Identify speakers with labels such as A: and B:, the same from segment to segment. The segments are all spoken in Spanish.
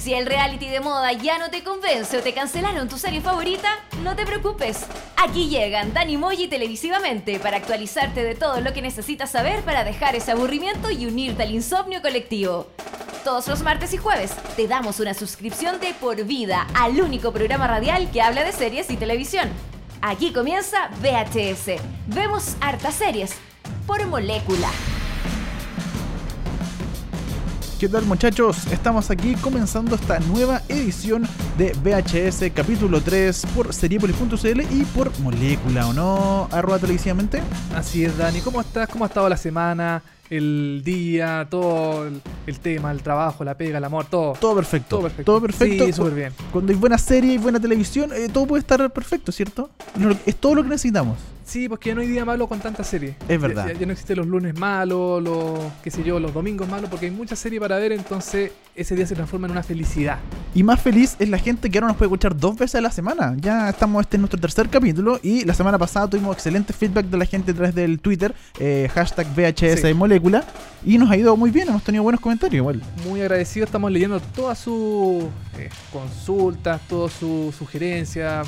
A: Si el reality de moda ya no te convence o te cancelaron tu serie favorita, no te preocupes. Aquí llegan Dani Moji televisivamente para actualizarte de todo lo que necesitas saber para dejar ese aburrimiento y unirte al insomnio colectivo. Todos los martes y jueves te damos una suscripción de por vida al único programa radial que habla de series y televisión. Aquí comienza VHS. Vemos hartas series por molécula.
B: ¿Qué tal, muchachos? Estamos aquí comenzando esta nueva edición de VHS capítulo 3 por Seriepolis.cl y por Molécula, ¿o no? @televisivamente.
C: Así es, Dani. ¿Cómo estás? ¿Cómo ha estado la semana? El día, todo el tema, el trabajo, la pega, el amor, todo.
B: Todo perfecto.
C: Todo perfecto. Sí, súper bien.
B: Cuando hay buena serie y buena televisión, todo puede estar perfecto, ¿cierto? Es todo lo que necesitamos.
C: Sí, porque ya no hay día malo con tanta serie.
B: Es verdad.
C: Ya no existen los lunes malos, los domingos malos, porque hay mucha serie para ver, entonces ese día se transforma en una felicidad.
B: Y más feliz es la gente que ahora nos puede escuchar 2 veces a la semana. Ya estamos, este es nuestro tercer capítulo y la semana pasada tuvimos excelente feedback de la gente a través del Twitter, hashtag VHS
C: Sí.
B: Molécula, y nos ha ido muy bien, hemos tenido buenos comentarios igual.
C: Muy agradecido, estamos leyendo todas sus consultas, todas sus sugerencias.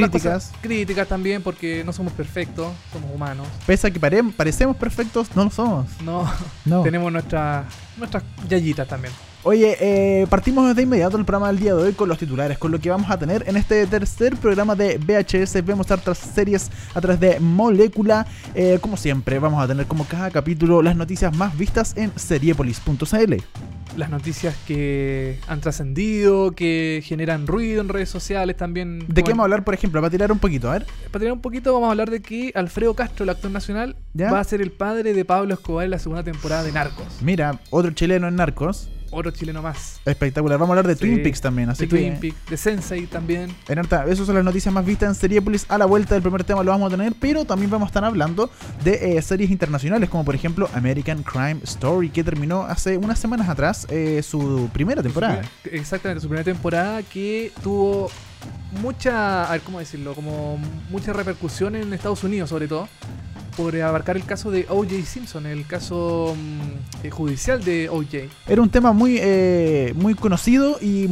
C: Críticas también, porque no somos perfectos, somos humanos.
B: Pese a que parecemos perfectos, no lo somos.
C: No. Tenemos nuestras yayitas también.
B: Oye, partimos de inmediato el programa del día de hoy con los titulares, con lo que vamos a tener en este tercer programa de VHS. Vemos hartas series a través de Molécula. Como siempre, vamos a tener como cada capítulo las noticias más vistas en Seriepolis.cl.
C: Las noticias que han trascendido, que generan ruido en redes sociales también.
B: ¿De qué vamos a hablar, por ejemplo? Para tirar un poquito, a ver.
C: Para tirar un poquito, vamos a hablar de que Alfredo Castro, el actor nacional,
B: ¿Ya?
C: va a ser el padre de Pablo Escobar en la segunda temporada de Narcos.
B: Mira, otro chileno en Narcos.
C: Otro chileno más.
B: Espectacular. Vamos a hablar de
C: Sí,
B: Twin Peaks también. Así
C: de
B: que
C: Twin Peaks, de Sensei también.
B: esas son las noticias más vistas en Seriepolis. A la vuelta del primer tema lo vamos a tener, pero también vamos a estar hablando de series internacionales, como por ejemplo American Crime Story, que terminó hace unas semanas atrás su primera temporada.
C: Exactamente, su primera temporada, que tuvo mucha, a ver, ¿cómo decirlo? Como mucha repercusión en Estados Unidos, sobre todo, por abarcar el caso de O.J. Simpson, el caso judicial de O.J.
B: Era un tema muy conocido y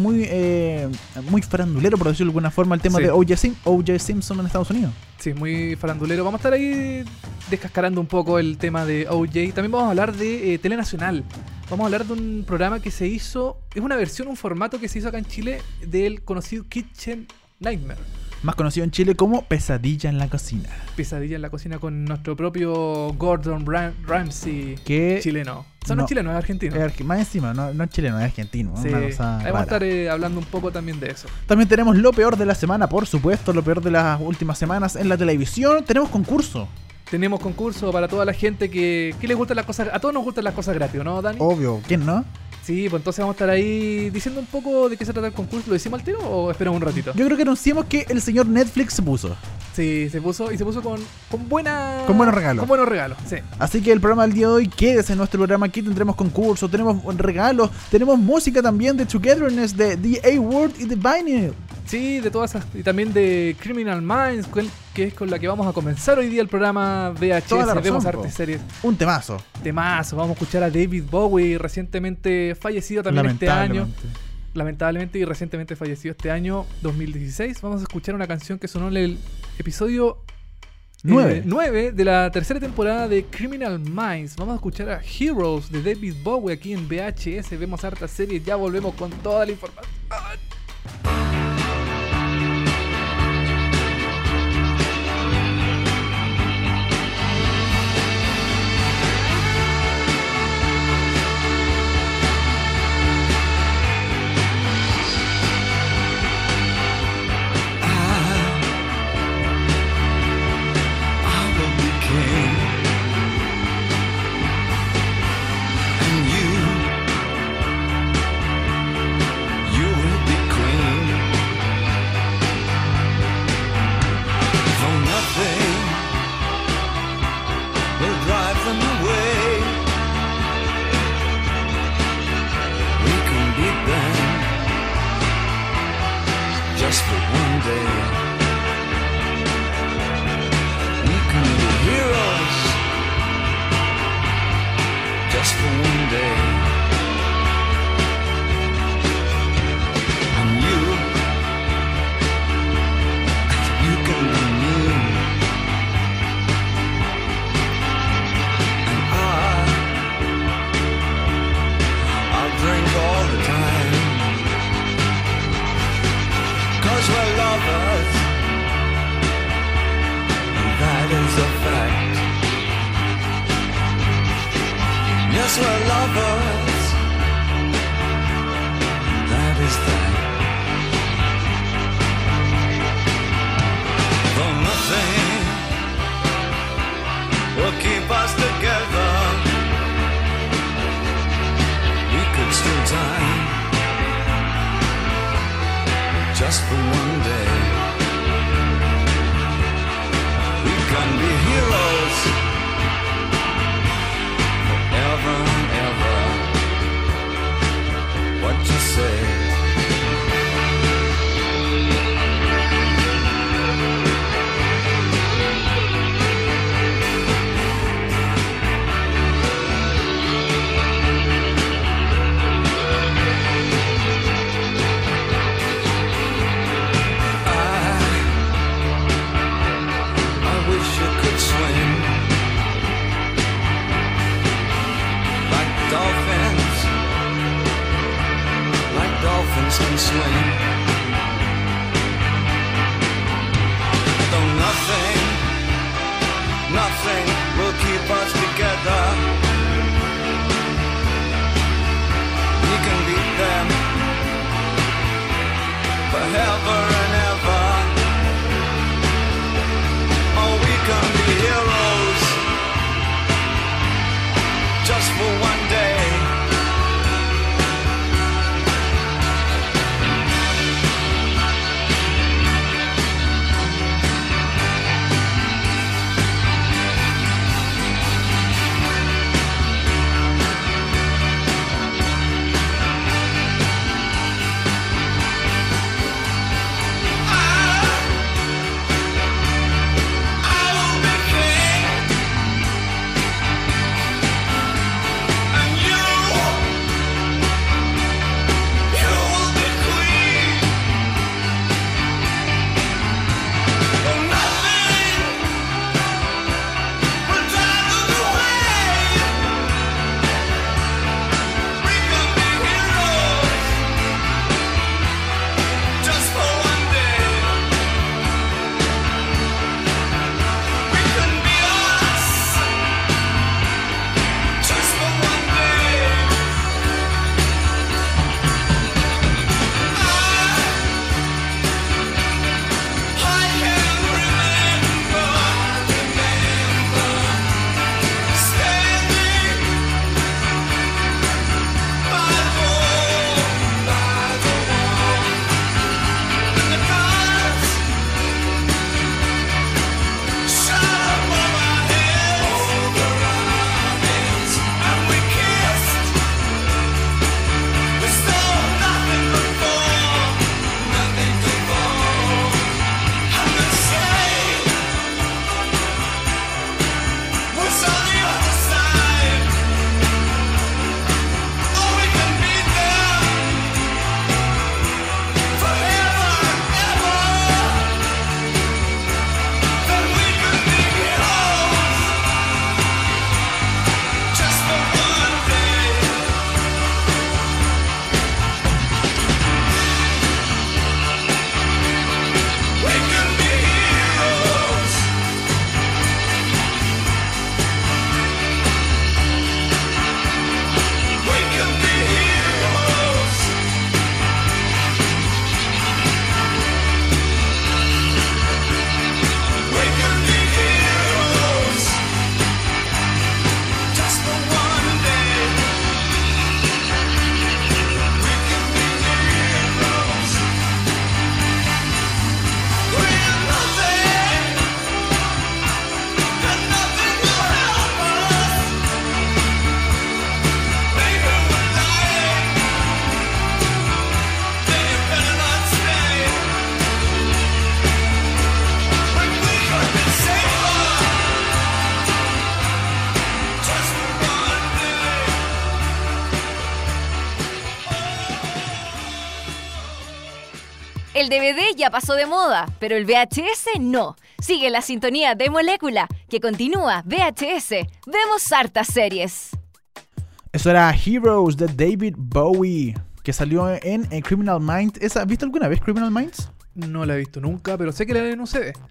B: muy farandulero, por decirlo de alguna forma, el tema
C: Sí.
B: de O.J. Simpson en Estados Unidos.
C: Sí, muy farandulero. Vamos a estar ahí descascarando un poco el tema de O.J. También vamos a hablar de Telenacional. Vamos a hablar de un programa que se hizo, es una versión, un formato que se hizo acá en Chile del conocido Kitchen Nightmare.
B: Más conocido en Chile como Pesadilla en la Cocina.
C: Pesadilla en la cocina con nuestro propio Gordon Ramsay,
B: Que
C: chileno. O sea, no es chileno, es argentino.
B: Más encima, no es chileno, es argentino.
C: Sí,
B: Una cosa
C: ahí vamos a
B: rara.
C: estar hablando un poco también de eso.
B: También tenemos lo peor de la semana, por supuesto, lo peor de las últimas semanas en la televisión. Tenemos concurso.
C: Tenemos concurso para toda la gente que les gustan las cosas. A todos nos gustan las cosas gratis, ¿no, Dani?
B: Obvio, ¿quién no?
C: Sí, pues entonces vamos a estar ahí diciendo un poco de qué se trata el concurso. ¿Lo decimos al tiro o esperamos un ratito?
B: Yo creo que anunciamos que el señor Netflix se puso.
C: Sí, se puso con buena...
B: Con buenos regalos.
C: Con buenos regalos, sí.
B: Así que el programa del día de hoy, quédese en nuestro programa. Aquí tendremos concursos, tenemos regalos, tenemos música también de Togetherness, de The A-Word y de Vinyl.
C: Sí, de todas esas. Y también de Criminal Minds, que es con la que vamos a comenzar hoy día el programa VHS.
B: Toda la razón,
C: Vemos
B: po.
C: Artes Series.
B: Un temazo.
C: Temazo. Vamos a escuchar a David Bowie, recientemente fallecido también este año. Lamentablemente y recientemente fallecido este año 2016. Vamos a escuchar una canción que sonó en el episodio 9 de la tercera temporada de Criminal Minds. Vamos a escuchar a Heroes de David Bowie aquí en VHS. Vemos hartas series. Ya volvemos con toda la información.
D: You were lovers. That is that. Though nothing will keep us together, we could still die just for one day. We can be heroes forever and ever. What you say? Can swing. Though nothing will keep us together, we can beat them forever and ever. Oh, we can be heroes just for one day.
A: El DVD ya pasó de moda, pero el VHS no. Sigue la sintonía de Molécula, que continúa VHS. Vemos hartas series.
B: Eso era Heroes de David Bowie, que salió en Criminal Minds. ¿Viste alguna vez Criminal Minds?
C: No la he visto nunca, pero sé que la leen ustedes.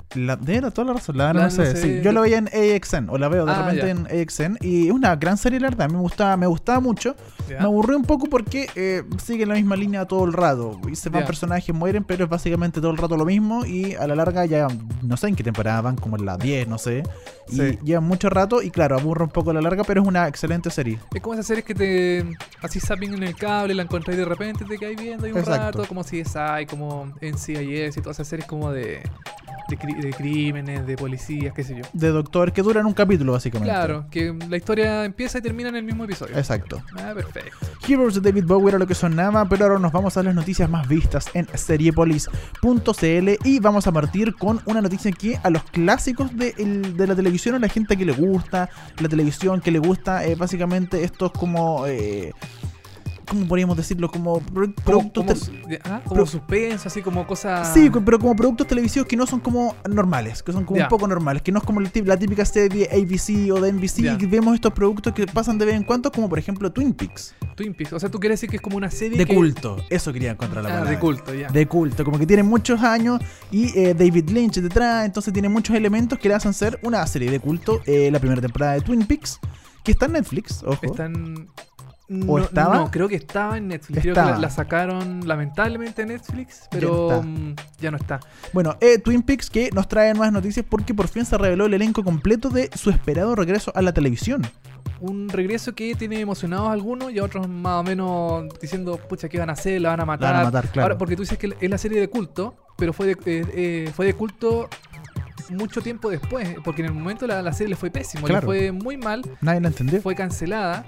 B: De toda la razón, la verdad no sé. Sí,
C: sé.
B: yo lo veía en AXN, o la veo de repente
C: ya.
B: en AXN, y es una gran serie, la verdad. Me gustaba mucho.
C: Ya.
B: Me aburrió un poco porque sigue la misma línea todo el rato. Y se van
C: Ya.
B: personajes, mueren, pero es básicamente todo el rato lo mismo. Y a la larga ya no sé en qué temporada van, como en la 10, no sé. Y
C: Sí.
B: llevan mucho rato y claro, aburre un poco a la larga, pero es una excelente serie.
C: Es como esas series que te así zapping en el cable, la encontráis de repente, te quedáis viendo ahí un
B: Exacto.
C: rato, como CSI, como NCIS y todas esas series como de crímenes, de policías, qué sé yo.
B: De Doctor, que duran un capítulo básicamente.
C: Claro, que la historia empieza y termina en el mismo episodio.
B: Exacto.
C: Ah, perfecto.
B: Heroes de David Bowie era lo que sonaba, pero ahora nos vamos a las noticias más vistas en seriepolis.cl y vamos a partir con una noticia que a los clásicos de la televisión, a la gente que le gusta la televisión, que le gusta básicamente estos como... ¿cómo podríamos decirlo? Como productos...
C: Como suspenso, así como cosas...
B: Sí, pero como productos televisivos que no son como normales, que son como
C: Ya.
B: un poco normales, que no es como la típica serie de ABC o de NBC,
C: Ya.
B: y que vemos estos productos que pasan de vez en cuando, como por ejemplo Twin Peaks.
C: Twin Peaks. O sea, tú quieres decir que es como una serie
B: De
C: que...
B: culto, eso quería encontrar la palabra.
C: de culto, ya.
B: De culto, como que tiene muchos años y David Lynch detrás, entonces tiene muchos elementos que le hacen ser una serie de culto. La primera temporada de Twin Peaks, que está en Netflix, ojo.
C: Están...
B: ¿O estaba?
C: No, creo que estaba en Netflix. Creo
B: Estaba.
C: que la sacaron lamentablemente en Netflix, pero ya no está.
B: Bueno, Twin Peaks que nos trae nuevas noticias porque por fin se reveló el elenco completo de su esperado regreso a la televisión.
C: Un regreso que tiene emocionados a algunos y a otros más o menos diciendo, pucha, ¿qué van a hacer? ¿La van a matar?
B: La van a matar, claro.
C: Ahora, porque tú dices que es la serie de culto, pero fue de culto mucho tiempo después, porque en el momento la serie le fue pésimo,
B: Claro.
C: le fue muy mal,
B: Nadie la entendió.
C: fue cancelada.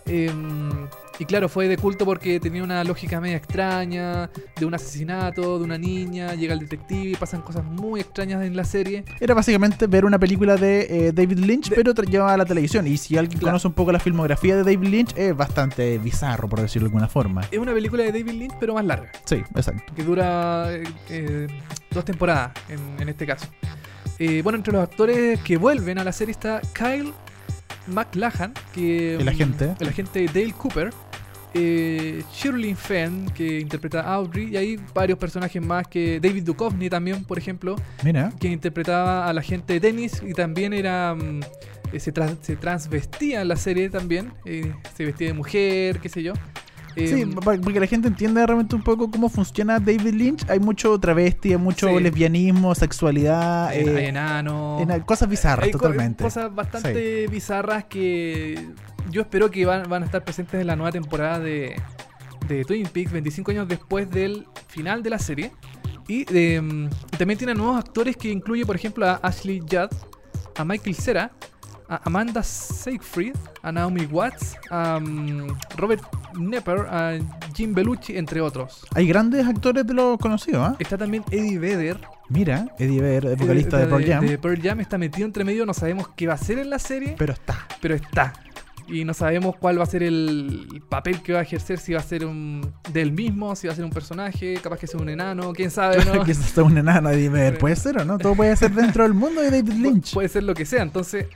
C: Y claro, fue de culto porque tenía una lógica media extraña, de un asesinato, de una niña, llega el detective y pasan cosas muy extrañas en la serie.
B: Era básicamente ver una película de David Lynch, pero llevada a la televisión. Y si alguien
C: Claro.
B: conoce un poco la filmografía de David Lynch, es bastante bizarro, por decirlo de alguna forma.
C: Es una película de David Lynch, pero más larga,
B: Sí, exacto.
C: que dura 2 temporadas en este caso. Bueno, entre los actores que vuelven a la serie está Kyle MacLachlan, que
B: El agente.
C: el agente Dale Cooper, Shirley Fenn, que interpreta a Audrey, y hay varios personajes más, que David Duchovny también, por ejemplo,
B: Mira,
C: quien interpretaba al agente Dennis y también era se transvestía en la serie también, se vestía de mujer, qué sé yo.
B: sí, porque la gente entiende realmente un poco cómo funciona David Lynch. Hay mucho travesti, hay mucho
C: Sí.
B: lesbianismo, sexualidad,
C: Hay enanos.
B: cosas bizarras
C: Hay
B: totalmente.
C: cosas bastante bizarras que yo espero que van a estar presentes en la nueva temporada de Twin Peaks, 25 años después del final de la serie. Y también tiene nuevos actores que incluye, por ejemplo, a Ashley Judd, a Michael Cera, a Amanda Seyfried, a Naomi Watts, a Robert Knepper, a Jim Belushi, entre otros.
B: Hay grandes actores de los conocidos, ¿ah?
C: Está también Eddie Vedder,
B: Mira, Eddie Vedder, vocalista de Pearl Jam.
C: de Pearl Jam, está metido entre medio. No sabemos qué va a hacer en la serie,
B: Pero está.
C: pero está. Y no sabemos cuál va a ser el papel que va a ejercer, si va a ser del mismo, si va a ser un personaje, capaz que sea un enano, quién sabe, ¿no?
B: Que sea un enano Eddie Vedder. Puede ser o no, todo puede ser dentro del mundo de David Lynch.
C: Puede ser lo que sea. Entonces,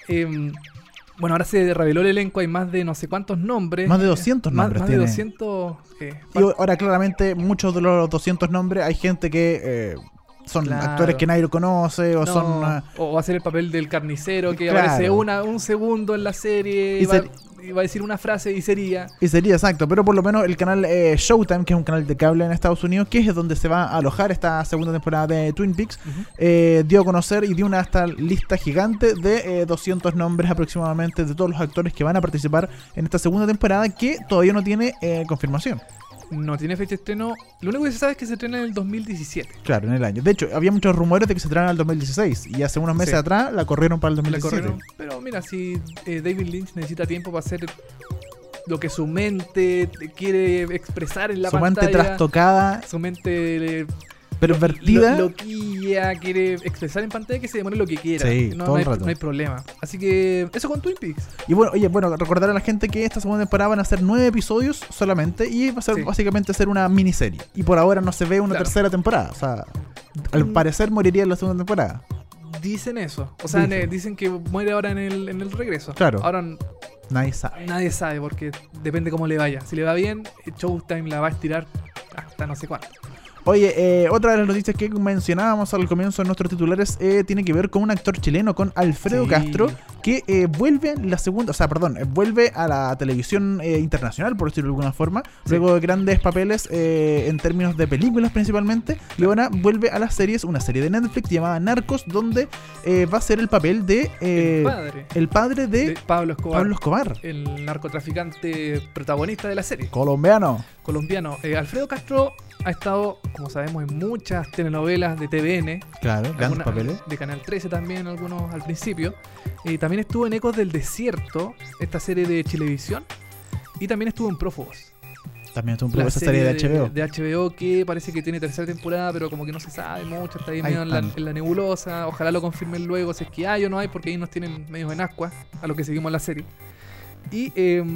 C: bueno, ahora se reveló el elenco, hay más de no sé cuántos nombres.
B: Más de 200 nombres
C: Más de
B: tiene.
C: 200.
B: Y ahora claramente muchos de los 200 nombres hay gente que son
C: Claro.
B: actores que nadie lo conoce o
C: no,
B: son...
C: o va a ser el papel del carnicero que
B: Claro.
C: aparece un segundo en la serie
B: Y
C: y va a decir una frase y sería.
B: Y sería exacto, pero por lo menos el canal Showtime, que es un canal de cable en Estados Unidos, que es donde se va a alojar esta segunda temporada de Twin Peaks, dio a conocer y dio una hasta lista gigante de 200 nombres aproximadamente de todos los actores que van a participar en esta segunda temporada, que todavía no tiene confirmación.
C: No tiene fecha de estreno. Lo único que se sabe es que se estrena en el 2017.
B: Claro, en el año. De hecho, había muchos rumores de que se estrenara en el 2016 y hace unos meses
C: Sí.
B: atrás la corrieron para el
C: La
B: 2017.
C: corrieron. Pero mira, si David Lynch necesita tiempo para hacer lo que su mente quiere expresar en la
B: Su mente
C: pantalla.
B: trastocada,
C: Su mente
B: pervertida.
C: loquilla, quiere expresar en pantalla, que se demore lo que quiera.
B: Sí,
C: no,
B: todo
C: no
B: el
C: hay,
B: rato.
C: no hay problema. Así que eso con Twin Peaks.
B: Y bueno, oye, recordar a la gente que esta segunda temporada van a ser 9 episodios solamente y va a ser
C: Sí.
B: básicamente ser una miniserie. Y por ahora no se ve una
C: Claro.
B: tercera temporada. O sea, al parecer moriría en la segunda temporada.
C: Dicen eso. O sea,
B: Dicen.
C: dicen que muere ahora en el regreso.
B: Claro.
C: Ahora
B: Nadie sabe.
C: nadie sabe porque depende cómo le vaya. Si le va bien, Showtime la va a estirar hasta no sé cuánto.
B: Oye, otra de las noticias que mencionábamos al comienzo de nuestros titulares tiene que ver con un actor chileno, con Alfredo
C: Sí.
B: Castro, que vuelve vuelve a la televisión internacional, por decirlo de alguna forma, luego de grandes papeles en términos de películas principalmente, y ahora vuelve a las series, una serie de Netflix llamada Narcos, donde va a ser el papel de el padre de
C: Pablo Escobar,
B: Pablo Escobar,
C: el narcotraficante protagonista de la serie,
B: colombiano.
C: colombiano. Alfredo Castro ha estado, como sabemos, en muchas telenovelas de TVN,
B: Claro, grandes papeles.
C: de Canal 13 también, algunos al principio. También estuvo en Ecos del Desierto, esta serie de Chilevisión, y también estuvo en Prófugos.
B: También estuvo un
C: La
B: poco esa serie de HBO.
C: De HBO que parece que tiene tercera temporada, pero como que no se sabe mucho, está ahí
B: Ahí
C: medio
B: están.
C: en la nebulosa. Ojalá lo confirmen luego si es que hay o no hay, porque ahí nos tienen medio en ascuas a lo que seguimos la serie. Y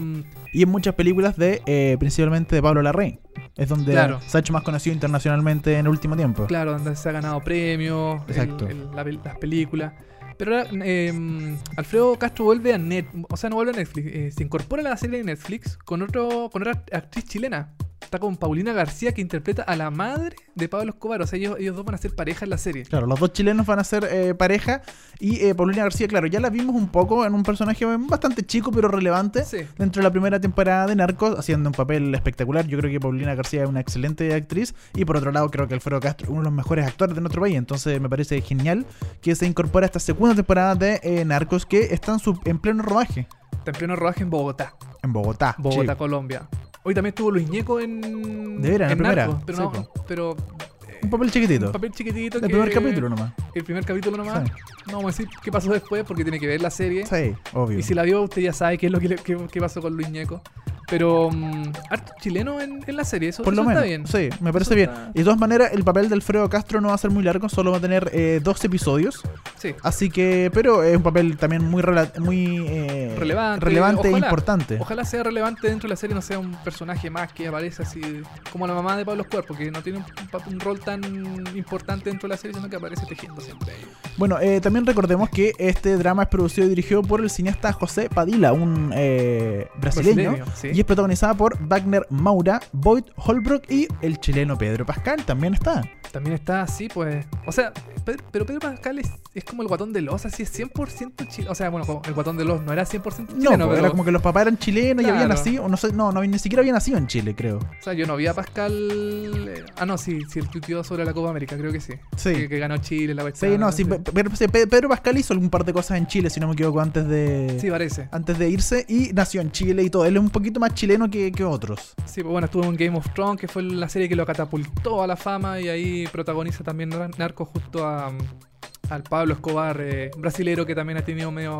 B: Y en muchas películas de principalmente de Pablo Larraín. Es donde
C: Claro.
B: se ha hecho más conocido internacionalmente en el último tiempo.
C: claro, donde se ha ganado premios,
B: Exacto.
C: las películas. Pero ahora Alfredo Castro vuelve a no vuelve a Netflix, se incorpora a la serie de Netflix con otra actriz chilena. Está con Paulina García, que interpreta a la madre de Pablo Escobar. O sea, ellos dos van a ser pareja en la serie.
B: Claro, los dos chilenos van a ser pareja. Y Paulina García, claro, ya la vimos un poco en un personaje bastante chico pero relevante
C: Sí.
B: dentro de la primera temporada de Narcos, haciendo un papel espectacular. Yo creo que Paulina García es una excelente actriz. Y por otro lado, creo que Alfredo Castro es uno de los mejores actores de nuestro país. Entonces me parece genial que se incorpore a esta segunda temporada de Narcos, que está en pleno rodaje
C: Está en pleno rodaje en Bogotá,
B: en Bogotá.
C: Bogotá,
B: Sí.
C: Colombia. Hoy también estuvo Luis Ñeco en...
B: De veras, en la primera.
C: Narcos, pero
B: Sí,
C: no,
B: po.
C: pero...
B: Un papel chiquitito.
C: Un papel chiquitito.
B: El primer capítulo nomás.
C: El primer capítulo nomás.
B: Sí.
C: No vamos a decir qué pasó después porque tiene que ver la serie.
B: Sí, obvio.
C: Y si la vio, usted ya sabe qué es lo qué pasó con Luis Ñeco. Pero harto chileno en la serie, eso,
B: Por lo
C: eso
B: menos,
C: está bien.
B: sí, me parece
C: Eso
B: bien.
C: está-
B: Y de todas maneras, el papel de Alfredo Castro no va a ser muy largo, solo va a tener 2 episodios.
C: Sí.
B: Así que, pero es un papel también muy
C: Relevante,
B: e
C: ojalá.
B: importante.
C: Ojalá sea relevante dentro de la serie, no sea un personaje más que aparece así como la mamá de Pablo Escobar, porque no tiene un rol tan importante dentro de la serie, sino que aparece tejiendo siempre.
B: Bueno, también recordemos que este drama es producido y dirigido por el cineasta José Padilla, un brasileño,
C: sí.
B: y es protagonizada por Wagner Maura, Boyd Holbrook y el chileno Pedro Pascal. También está.
C: También está así, pues. O sea, pero Pedro Pascal es como el Guatón de Los, así es 100% chileno. O sea, bueno, como el Guatón de Los no era 100%
B: No,
C: chileno,
B: era
C: pero.
B: como que los papás eran chilenos y
C: Claro.
B: habían nacido, o no sé, no, ni siquiera había nacido en Chile, creo.
C: O sea, yo no vi a Pascal. No, sí, el tuiteó sobre la Copa América, creo que sí.
B: Sí.
C: Que ganó Chile, la cuestión.
B: Sí, no, sí, Pedro Pascal hizo algún par de cosas en Chile, si no me equivoco, antes
C: Sí, parece.
B: de irse, y nació en Chile y todo. Él es un poquito más chileno que otros.
C: Sí, pues bueno, estuvo en Game of Thrones, que fue la serie que lo catapultó a la fama, y ahí protagoniza también Narco junto al Pablo Escobar, brasilero, que también ha tenido medio,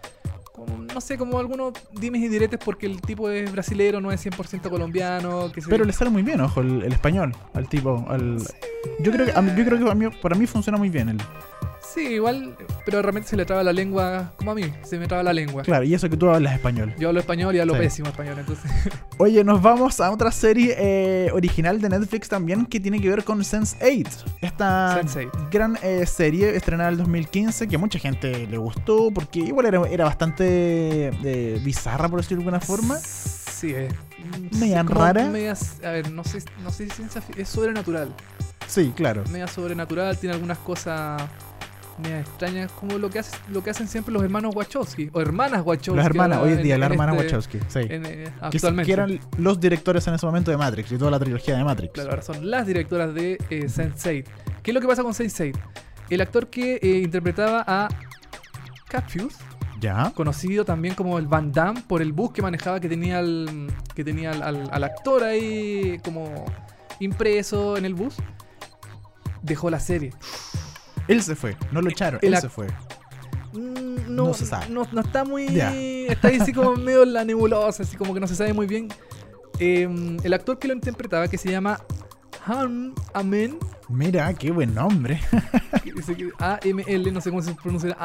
C: no sé, como algunos dimes y diretes porque el tipo es brasilero, no es 100% colombiano.
B: Pero le sale muy bien, ojo, el español al tipo. Yo creo que para mí funciona muy bien.
C: Sí, igual, pero realmente se le traba la lengua, como a mí, se me traba la lengua.
B: Claro, y eso que tú hablas español.
C: Yo hablo español y hablo
B: Sí.
C: pésimo español, entonces...
B: Oye, nos vamos a otra serie original de Netflix también, que tiene que ver con Sense8. Esta
C: Sense8.
B: gran serie estrenada en el 2015, que a mucha gente le gustó, porque igual era bastante bizarra, por decirlo de alguna forma.
C: Sí,
B: Media
C: como
B: rara.
C: a ver, no sé si es sobrenatural.
B: Sí, claro.
C: Media sobrenatural, tiene algunas cosas media extrañas, como lo que hacen siempre los hermanos Wachowski, o hermanas Wachowski.
B: Las hermanas,
C: ahora
B: hoy en día, las hermanas
C: este-
B: Wachowski. Sí. Que
C: actualmente.
B: eran los directores en ese momento de Matrix y toda la trilogía de Matrix.
C: Claro, ahora son las directoras de Sense8. ¿Qué es lo que pasa con Sense8? El actor que interpretaba a Catfuse,
B: Ya.
C: conocido también como el Van Damme por el bus que manejaba, que tenía al actor ahí como impreso en el bus, dejó la serie.
B: Él se fue, no lo echaron, él se fue. No se sabe.
C: No está muy...
B: Ya.
C: Está ahí así como medio en la nebulosa, así como que no se sabe muy bien. El actor que lo interpretaba, que se llama Han Amen,
B: Mira, qué buen nombre.
C: A-M-L, no sé cómo se pronuncia.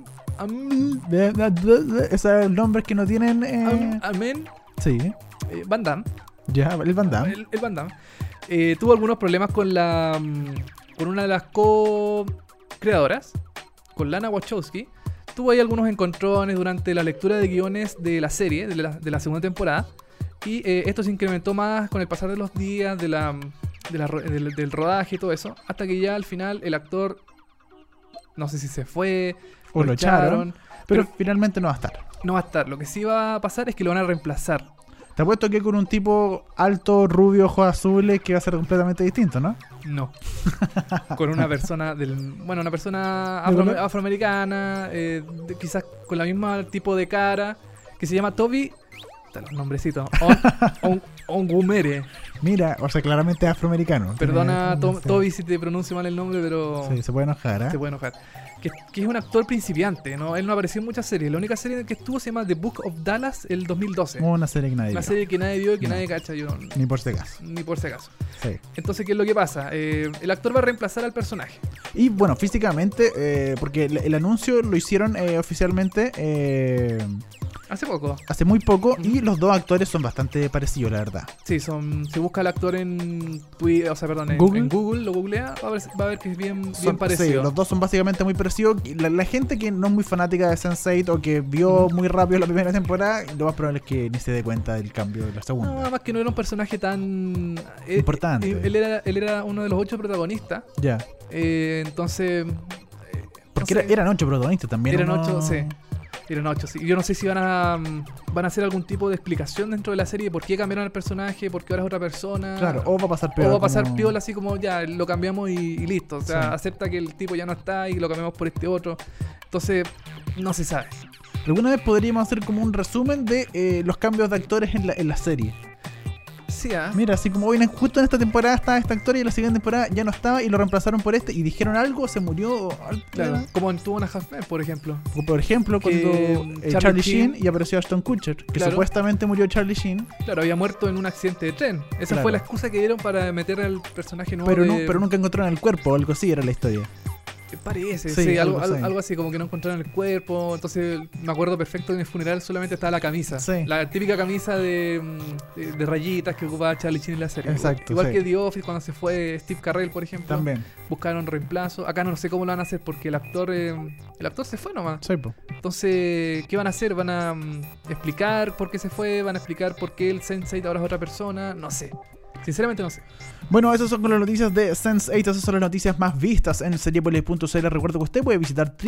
B: Esos nombres que no tienen.
C: Amen
B: Sí,
C: Van Damme.
B: ya, el Van Damme.
C: El Van Damme. Tuvo algunos problemas con una de las co-creadoras, con Lana Wachowski. Tuvo ahí algunos encontrones durante la lectura de guiones de la serie, de la segunda temporada. Y esto se incrementó más con el pasar de los días, de del rodaje y todo eso, hasta que ya al final el actor, no sé si se fue
B: O lo echaron, pero
C: pero
B: finalmente no va a estar.
C: no va a estar. Lo que sí va a pasar es que lo van a reemplazar.
B: Te apuesto que con un tipo alto, rubio, ojos azules, que va a ser completamente distinto, ¿no?
C: No. Con una persona una persona
B: ¿De color?
C: afroamericana, quizás con la misma tipo de cara, que se llama Toby. Los nombrecitos. Ongumere.
B: Mira, o sea, claramente es afroamericano.
C: Perdona,
B: Tiene-
C: Toby, si te pronuncio mal el nombre, pero
B: Sí, se puede enojar, ¿eh?
C: se puede enojar. Que es un actor principiante, ¿no? Él no apareció en muchas series. La única serie que estuvo se llama The Book of Dallas el 2012.
B: Una serie que nadie
C: Una
B: vio.
C: serie que nadie vio y que
B: No.
C: nadie cacha, yo
B: Ni por si acaso.
C: ni por si acaso.
B: Sí.
C: Entonces, ¿qué es lo que pasa? El actor va a reemplazar al personaje.
B: Y bueno, físicamente, porque el anuncio lo hicieron oficialmente
C: Hace poco.
B: hace muy poco y los dos actores son bastante parecidos, la verdad.
C: Sí, se busca al actor en Twitter,
B: Google.
C: en Google, lo googlea, va a ver que es bien
B: Sí,
C: parecido.
B: los dos son básicamente muy parecidos. Y la gente que no es muy fanática de Sense8 o que vio muy rápido la primera temporada, lo más probable es que ni se dé cuenta del cambio de la segunda.
C: No, además que no era un personaje tan
B: Importante.
C: Él era uno de los 8 protagonistas.
B: Ya.
C: Entonces.
B: Porque
C: no sé,
B: eran 8 protagonistas también.
C: eran
B: ¿no?
C: 8, sí. Eran 8, sí. Yo no sé si van a hacer algún tipo de explicación dentro de la serie. ¿Por qué cambiaron al personaje? ¿Por qué ahora es otra persona?
B: Claro, o va a pasar peor.
C: O va a pasar
B: como-
C: piola así como ya lo cambiamos y listo. O sea,
B: Sí.
C: acepta que el tipo ya no está y lo cambiamos por este otro. Entonces, no se sabe.
B: Alguna vez podríamos hacer como un resumen de los cambios de actores en la serie.
C: Sí,
B: Mira, así como hoy justo en esta temporada estaba este actor y en la siguiente temporada ya no estaba y lo reemplazaron por este y dijeron algo, se murió.
C: claro. Como en Two and a Half Men, por ejemplo.
B: O por ejemplo,
C: Que,
B: cuando
C: Charlie
B: Charlie Sheen
C: Sheen
B: y apareció Ashton Kutcher, que
C: Claro.
B: supuestamente murió Charlie Sheen,
C: Claro, había muerto en un accidente de tren. Esa
B: Claro.
C: fue la excusa que dieron para meter al personaje nuevo.
B: pero,
C: de-
B: pero nunca encontraron el cuerpo o algo así era la historia.
C: Parece,
B: Sí,
C: sí,
B: algo así.
C: algo así, como que no encontraron el cuerpo. Entonces me acuerdo perfecto que en el funeral solamente estaba la camisa.
B: Sí.
C: La típica camisa de rayitas que ocupaba Charlie Sheen en la serie.
B: Exacto,
C: Igual
B: sí.
C: que The Office cuando se fue Steve Carell, por ejemplo.
B: También.
C: Buscaron reemplazo. Acá no sé cómo lo van a hacer porque el actor se fue nomás.
B: Sí, po.
C: Entonces, ¿qué van a hacer? ¿Van a explicar por qué se fue? ¿Van a explicar por qué el Sense8 ahora es otra persona? No sé. Sinceramente no sé.
B: Bueno, esas son con las noticias de Sense8. Esas son las noticias más vistas en seriepolis.cl. Recuerdo que usted puede visitar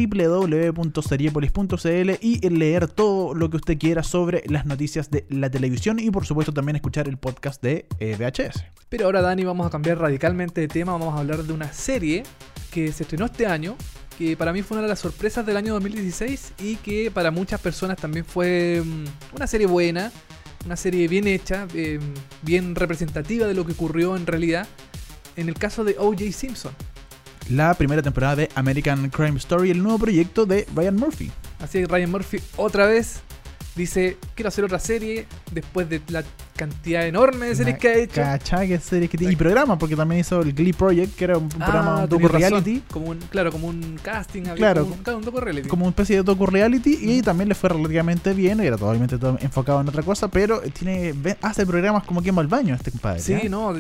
B: www.seriepolis.cl y leer todo lo que usted quiera sobre las noticias de la televisión y por supuesto también escuchar el podcast de VHS.
C: Pero ahora, Dani, vamos a cambiar radicalmente de tema. Vamos a hablar de una serie que se estrenó este año, que para mí fue una de las sorpresas del año 2016 y que para muchas personas también fue una serie buena, una serie bien hecha, bien representativa de lo que ocurrió en realidad, en el caso de O.J. Simpson.
B: La primera temporada de American Crime Story, el nuevo proyecto de Ryan Murphy.
C: Así que Ryan Murphy otra vez dice, quiero hacer otra serie después de la cantidad enorme de series que ha hecho.
B: ¿Cachai? ¿Qué series que tiene? Y programas, porque también hizo el Glee Project, que era un programa, un
C: tenés razón.
B: docu-reality.
C: Como un casting.
B: Claro,
C: un docu-reality.
B: Como una especie de docu-reality y también le fue relativamente bien, era totalmente todo enfocado en otra cosa, pero hace programas como quien va al baño este compadre.
C: Sí,
B: ¿eh?
C: no,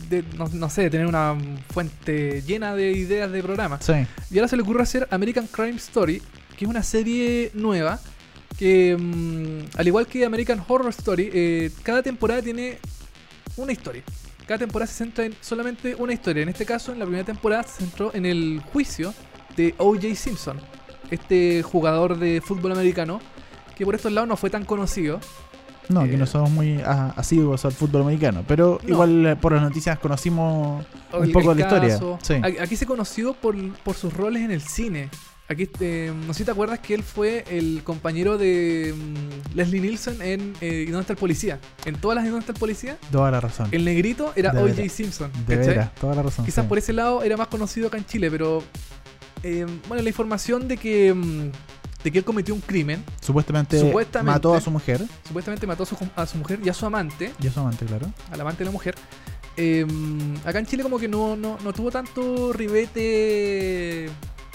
C: no sé, tener una fuente llena de ideas de programas.
B: Sí.
C: Y ahora se le ocurre hacer American Crime Story, que es una serie nueva, que al igual que American Horror Story, cada temporada tiene una historia. Cada temporada se centra en solamente una historia. En este caso, en la primera temporada se centró en el juicio de O.J. Simpson, este jugador de fútbol americano, que por estos lados no fue tan conocido.
B: No, que no somos muy asiduos al fútbol americano, pero
C: No.
B: igual por las noticias conocimos un
C: El
B: poco de la historia.
C: caso.
B: Sí.
C: Aquí se conoció por sus roles en el cine. Aquí, no sé si te acuerdas que él fue el compañero de Leslie Nielsen en ¿Y dónde está el policía? En todas las ¿Y dónde está el policía?
B: Toda la razón.
C: El negrito era
B: De
C: O.J.
B: veras.
C: Simpson.
B: De
C: ¿cachai?
B: veras, toda la razón.
C: Quizás
B: sí.
C: por ese lado era más conocido acá en Chile, pero bueno, la información de que él cometió un crimen,
B: Supuestamente mató a su mujer
C: supuestamente mató a su mujer y a su amante,
B: y a su amante, claro.
C: al amante de la mujer. Acá en Chile como que no tuvo tanto ribete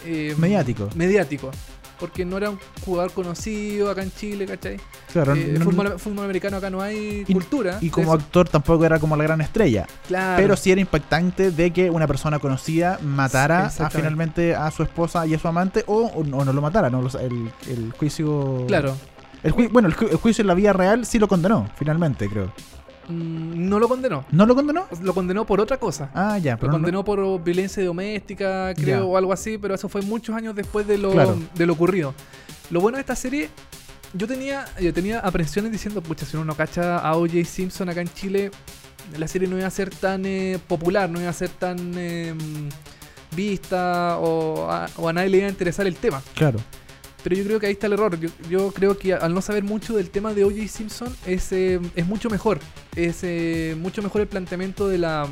C: mediático, porque no era un jugador conocido acá en Chile, ¿cachai?
B: Claro,
C: Fútbol americano acá no hay
B: Y-
C: cultura.
B: y como
C: de eso.
B: actor tampoco era como la gran estrella.
C: Claro.
B: Pero sí era impactante de que una persona conocida matara
C: Exactamente.
B: finalmente a su esposa y a su amante o no lo matara. No, el juicio.
C: Claro.
B: Bueno, el juicio en la vida real sí lo condenó, finalmente, creo.
C: No lo condenó.
B: ¿No lo condenó?
C: Lo condenó por otra cosa.
B: Ah, ya.
C: Lo
B: Pero
C: condenó por violencia doméstica, creo,
B: Ya.
C: o algo así, pero eso fue muchos años después de lo,
B: Claro.
C: de lo ocurrido. Lo bueno de esta serie, yo tenía aprensiones diciendo, pucha, si uno no cacha a O.J. Simpson acá en Chile, la serie no iba a ser tan popular, no iba a ser tan vista, o a nadie le iba a interesar el tema.
B: Claro.
C: Pero yo creo que ahí está el error. Yo creo que al no saber mucho del tema de O.J. Simpson es mucho mejor. Es mucho mejor el planteamiento de la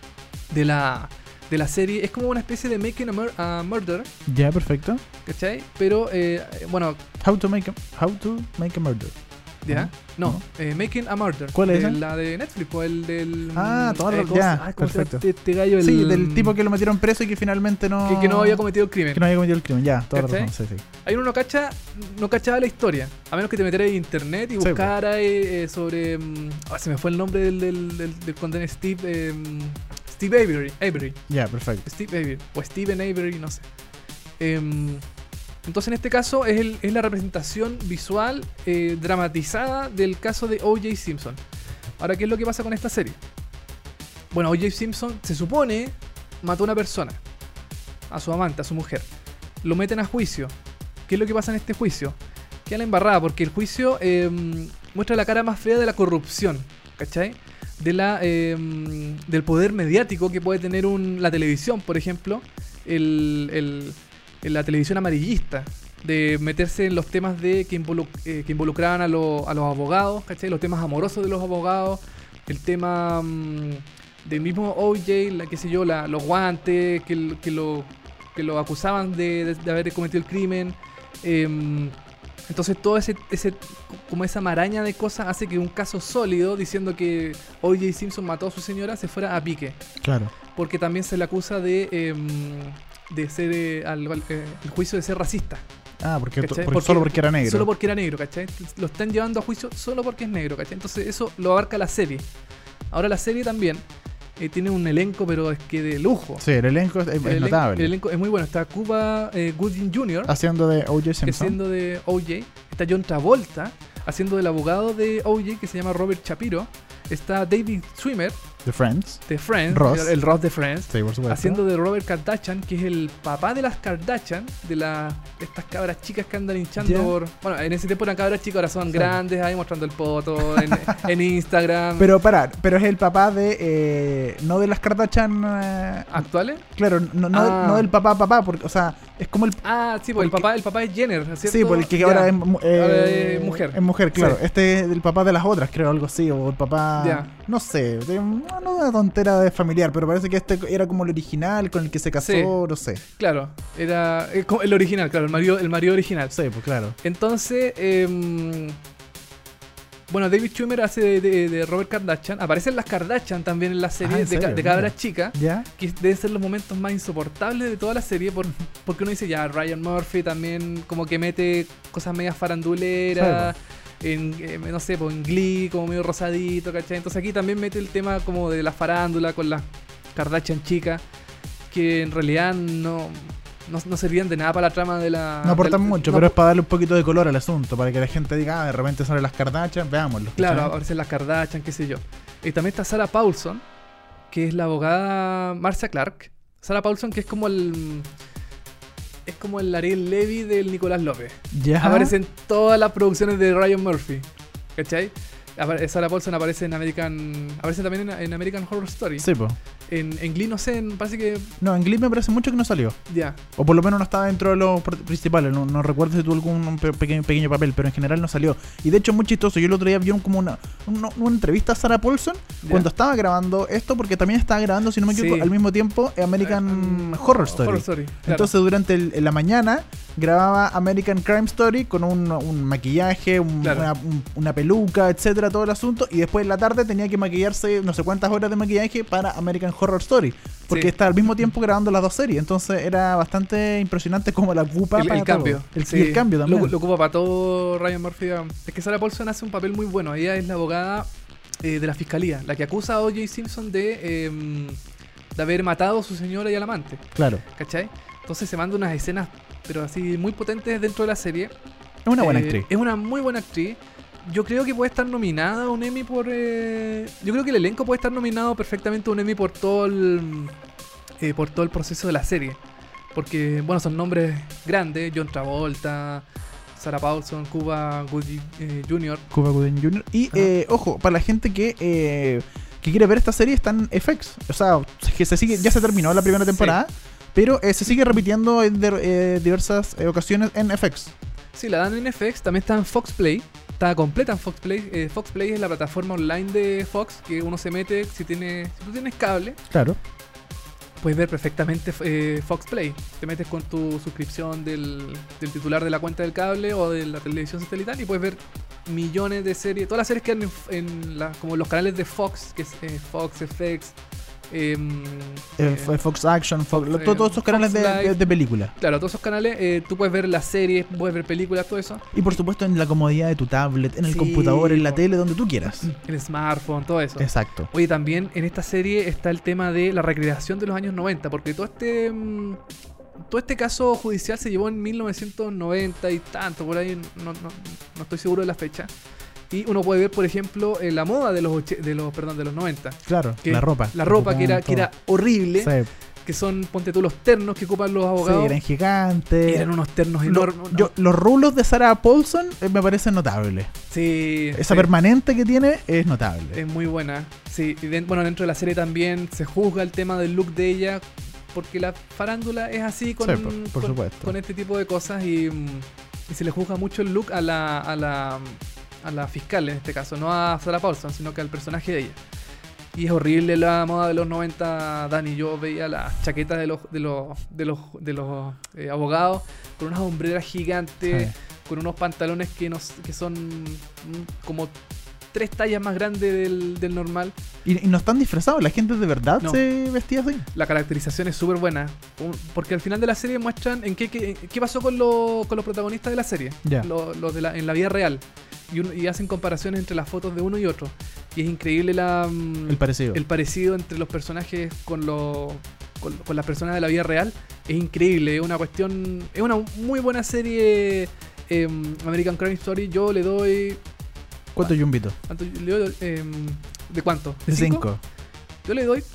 C: serie. Es como una especie de Making a Murder,
B: Ya, perfecto.
C: ¿cachai? Pero, bueno,
B: How to make a murder.
C: ¿ya? No,
B: ¿No?
C: Making a Murder.
B: ¿Cuál es esa?
C: La de Netflix, o el del...
B: Todo
C: ¿cómo
B: ya,
C: ¿cómo se llama
B: perfecto.
C: este gallo?
B: Sí, del tipo que lo metieron preso y que finalmente no...
C: que no había cometido el crimen.
B: Que no había cometido el crimen, ya, toda la
C: ¿Cachai?
B: razón, sí, sí.
C: Ahí uno no cachaba la historia. A menos que te metieras en internet y
B: Sí,
C: buscaras sobre... se me fue el nombre del condeno Steve... Steve Avery.
B: Ya, perfecto.
C: Steve Avery. O Steven Avery, no sé. Entonces en este caso es la representación visual dramatizada del caso de O.J. Simpson. Ahora, ¿qué es lo que pasa con esta serie? Bueno, O.J. Simpson se supone mató a una persona. A su amante, a su mujer. Lo meten a juicio. ¿Qué es lo que pasa en este juicio? Queda la embarrada, porque el juicio muestra la cara más fea de la corrupción, ¿cachai? Del poder mediático que puede tener la televisión, por ejemplo, la televisión amarillista, de meterse en los temas que involucraban a los abogados, ¿cachai? Los temas amorosos de los abogados, el tema del mismo O.J., qué sé yo, los guantes, que lo acusaban de haber cometido el crimen. Entonces todo como esa maraña de cosas hace que un caso sólido diciendo que O.J. Simpson mató a su señora se fuera a pique.
B: Claro.
C: Porque también se le acusa de ser el juicio de ser racista.
B: Ah,
C: ¿cachai?
B: solo porque era negro.
C: Solo porque era negro, ¿cachai? Lo están llevando a juicio solo porque es negro, ¿cachai? Entonces eso lo abarca la serie. Ahora la serie también tiene un elenco, pero es que de lujo.
B: Sí, el elenco es notable.
C: El elenco es muy bueno. Está Cuba Gooding Jr.
B: Haciendo de O.J. Simpson.
C: haciendo de O.J. Está John Travolta haciendo del abogado de O.J., que se llama Robert Shapiro. Está David Schwimmer
B: The Friends.
C: de Friends,
B: Ross.
C: el Ross de Friends,
B: Sí, por supuesto.
C: haciendo de Robert Kardashian, que es el papá de las Kardashian, de estas cabras chicas que andan hinchando
B: Ya.
C: Bueno, en ese tiempo eran cabras chicas, ahora son
B: Sí.
C: grandes, ahí mostrando el poto en Instagram.
B: Pero es el papá de... no de las Kardashian...
C: ¿Actuales?
B: claro, no del papá, porque, o sea, es como el...
C: Ah, sí, pues
B: Porque-
C: el papá es Jenner, ¿cierto?
B: Sí, porque
C: Ya.
B: ahora es
C: mujer.
B: Es mujer, claro.
C: Sí.
B: Este es del papá de las otras, creo, algo así. O el papá.
C: Ya.
B: No sé. No una tontera de familiar, pero parece que este era como el original con el que se casó,
C: Sí.
B: no sé.
C: Claro, era como el original, claro, el marido original.
B: Sí, pues claro.
C: Entonces, bueno, David Schwimmer hace de Robert Kardashian. Aparecen las Kardashian también en la serie
B: ¿en serio?
C: de cabras
B: Mira.
C: chicas.
B: ¿Ya?
C: Que deben ser los momentos más insoportables de toda la serie. Porque uno dice, ya, Ryan Murphy también como que mete cosas medias faranduleras. No sé, pues en Glee, como medio rosadito, ¿cachai? Entonces aquí también mete el tema como de la farándula con las Kardashian chicas. Que en realidad no servían de nada para la trama de la...
B: No aportan
C: del-
B: mucho,
C: no
B: pero es para darle un poquito de color al asunto, para que la gente diga, de repente salen las Kardashian, veámoslo.
C: Claro,
B: ¿cachai?
C: aparecen las Kardashian, qué sé yo. Y también está Sarah Paulson, que es la abogada Marcia Clark. Sarah Paulson, que es como el Ariel Levy del Nicolás López.
B: Ya.
C: Aparece en todas las producciones de Ryan Murphy. ¿Cachai? Sarah Paulson aparece también en American Horror Story.
B: Sí, pues.
C: En Glee, no sé, parece que...
B: No, en Glee me parece mucho que no salió.
C: Ya.
B: O por lo menos no estaba dentro de los principales. No recuerdo si tuvo algún pequeño papel, pero en general no salió. Y de hecho es muy chistoso. Yo el otro día vi como una entrevista a Sarah Paulson
C: Ya.
B: cuando estaba grabando esto, porque también estaba grabando, si no me equivoco,
C: Sí.
B: al mismo tiempo American Horror Story.
C: Claro.
B: Entonces durante la mañana grababa American Crime Story con un maquillaje,
C: Claro.
B: una peluca, etcétera, todo el asunto. Y después en la tarde tenía que maquillarse no sé cuántas horas de maquillaje para American Horror Story. Porque
C: Sí.
B: está al mismo tiempo grabando las dos series. Entonces era bastante impresionante como la ocupa para
C: el cambio.
B: todo.
C: Sí.
B: Y el cambio también.
C: Lo ocupa para todo Ryan Murphy. Es que Sarah Paulson hace un papel muy bueno. Ella es la abogada de la fiscalía, la que acusa a O.J. Simpson de haber matado a su señora y al amante.
B: Claro.
C: ¿Cachai? Entonces se manda unas escenas, pero así muy potentes dentro de la serie.
B: Es una buena actriz.
C: Es una muy buena actriz. yo creo que puede estar nominada a un Emmy por... yo creo que el elenco puede estar nominado perfectamente a un Emmy por todo el proceso de la serie. Porque, bueno, son nombres grandes. John Travolta, Sarah Paulson, Cuba Gooding Jr.
B: Cuba Gooding Jr. Y, ojo, para la gente que quiere ver esta serie, está en FX. O sea, que ya se terminó la primera temporada, pero se sigue repitiendo en diversas ocasiones en FX.
C: Sí, la dan en FX. También está en Fox Play. Está completa en Fox Play. Fox Play es la plataforma online de Fox que uno se mete si tú tienes cable.
B: Claro.
C: Puedes ver perfectamente Fox Play. Te metes con tu suscripción del titular de la cuenta del cable o de la televisión satelital y puedes ver millones de series. Todas las series que hay como los canales de Fox, que es Fox, FX,
B: Fox Action, todos esos canales de películas.
C: Claro, todos esos canales, tú puedes ver las series, puedes ver películas, todo eso.
B: Y por supuesto en la comodidad de tu tablet, en el computador, en la tele, donde tú quieras.
C: El smartphone, todo eso.
B: Exacto.
C: Oye, también en esta serie está el tema de la recreación de los años 90, porque todo este caso judicial se llevó en 1990 y tanto, por ahí no estoy seguro de la fecha. Y uno puede ver, por ejemplo, la moda de los 90.
B: Claro, la ropa.
C: La ropa que era horrible. Sí. Que son, ponte tú, los ternos que ocupan los abogados.
B: Sí, eran gigantes.
C: Eran unos ternos enormes.
B: Los rulos de Sarah Paulson me parecen notables.
C: Sí.
B: Esa permanente que tiene es notable.
C: Es muy buena. Sí. Y dentro de la serie también se juzga el tema del look de ella. Porque la farándula es así con este tipo de cosas. Y se le juzga mucho el look a la fiscal en este caso, no a Sarah Paulson, sino que al personaje de ella. Y es horrible la moda de los 90, Dani. Yo veía las chaquetas de los abogados con unas hombreras gigantes, con unos pantalones que son como 3 tallas más grandes del normal.
B: Y no están disfrazados, la gente de verdad se vestía así.
C: La caracterización es súper buena, porque al final de la serie muestran qué pasó con los protagonistas de la serie, en la vida real. Y hacen comparaciones entre las fotos de uno y otro. Y es increíble el parecido entre los personajes con las personas de la vida real. Es increíble, es una muy buena serie. American Crime Story. Yo le doy...
B: ¿Cuánto yumbitos?
C: ¿De cuánto?
B: ¿De 5?
C: Yo le doy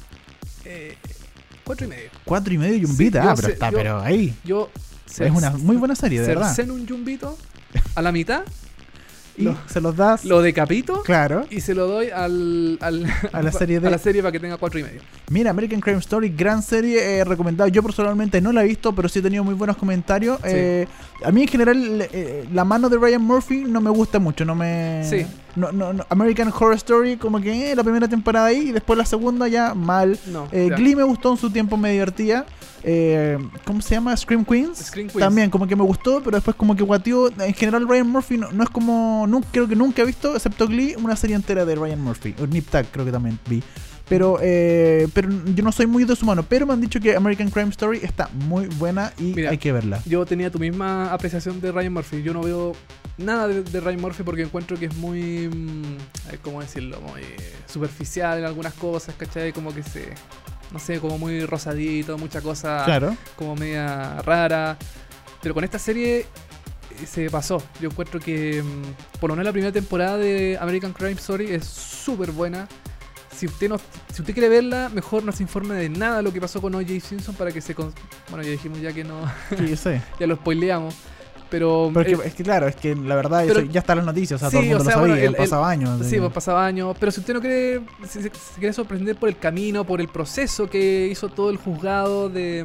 C: 4,5.
B: 4,5 yumbitas, pero ahí. Es una muy buena serie, de verdad.
C: Cerceno un yumbito a la mitad.
B: Y se los das.
C: Lo decapito.
B: Claro.
C: Y se lo doy a la serie para que tenga 4,5.
B: Mira, American Crime Story, gran serie, recomendado. Yo personalmente no la he visto, pero sí he tenido muy buenos comentarios. Sí. A mí en general la mano de Ryan Murphy no me gusta mucho. Sí. American Horror Story como que la primera temporada ahí y después la segunda ya mal. Glee me gustó en su tiempo, me divertía. ¿Cómo se llama? Scream Queens. También como que me gustó, pero después como que guateó. En general Ryan Murphy no es como... creo que nunca he visto, excepto Glee, una serie entera de Ryan Murphy. O Nip Tuck creo que también vi. Pero yo no soy muy de su mano. Pero me han dicho que American Crime Story está muy buena y hay que verla.
C: Yo tenía tu misma apreciación de Ryan Murphy. Yo no veo nada de Ryan Murphy porque encuentro que es muy... ¿cómo decirlo? Muy superficial en algunas cosas, ¿cachai? Como que no sé, como muy rosadito, mucha cosa como media rara. Pero con esta serie se pasó. Yo encuentro que por lo menos la primera temporada de American Crime Story es súper buena. Si usted quiere verla, mejor no se informe de nada de lo que pasó con O.J. Simpson para que bueno, ya dijimos ya que no.
B: Sí, yo sé.
C: Ya lo spoileamos. Pero
B: es que la verdad ya está en las noticias, o sea, todo el mundo lo sabía, pasaba años.
C: Sí, pues pasaba años, pero si usted no quiere, si quiere sorprender por el camino, por el proceso que hizo todo el juzgado de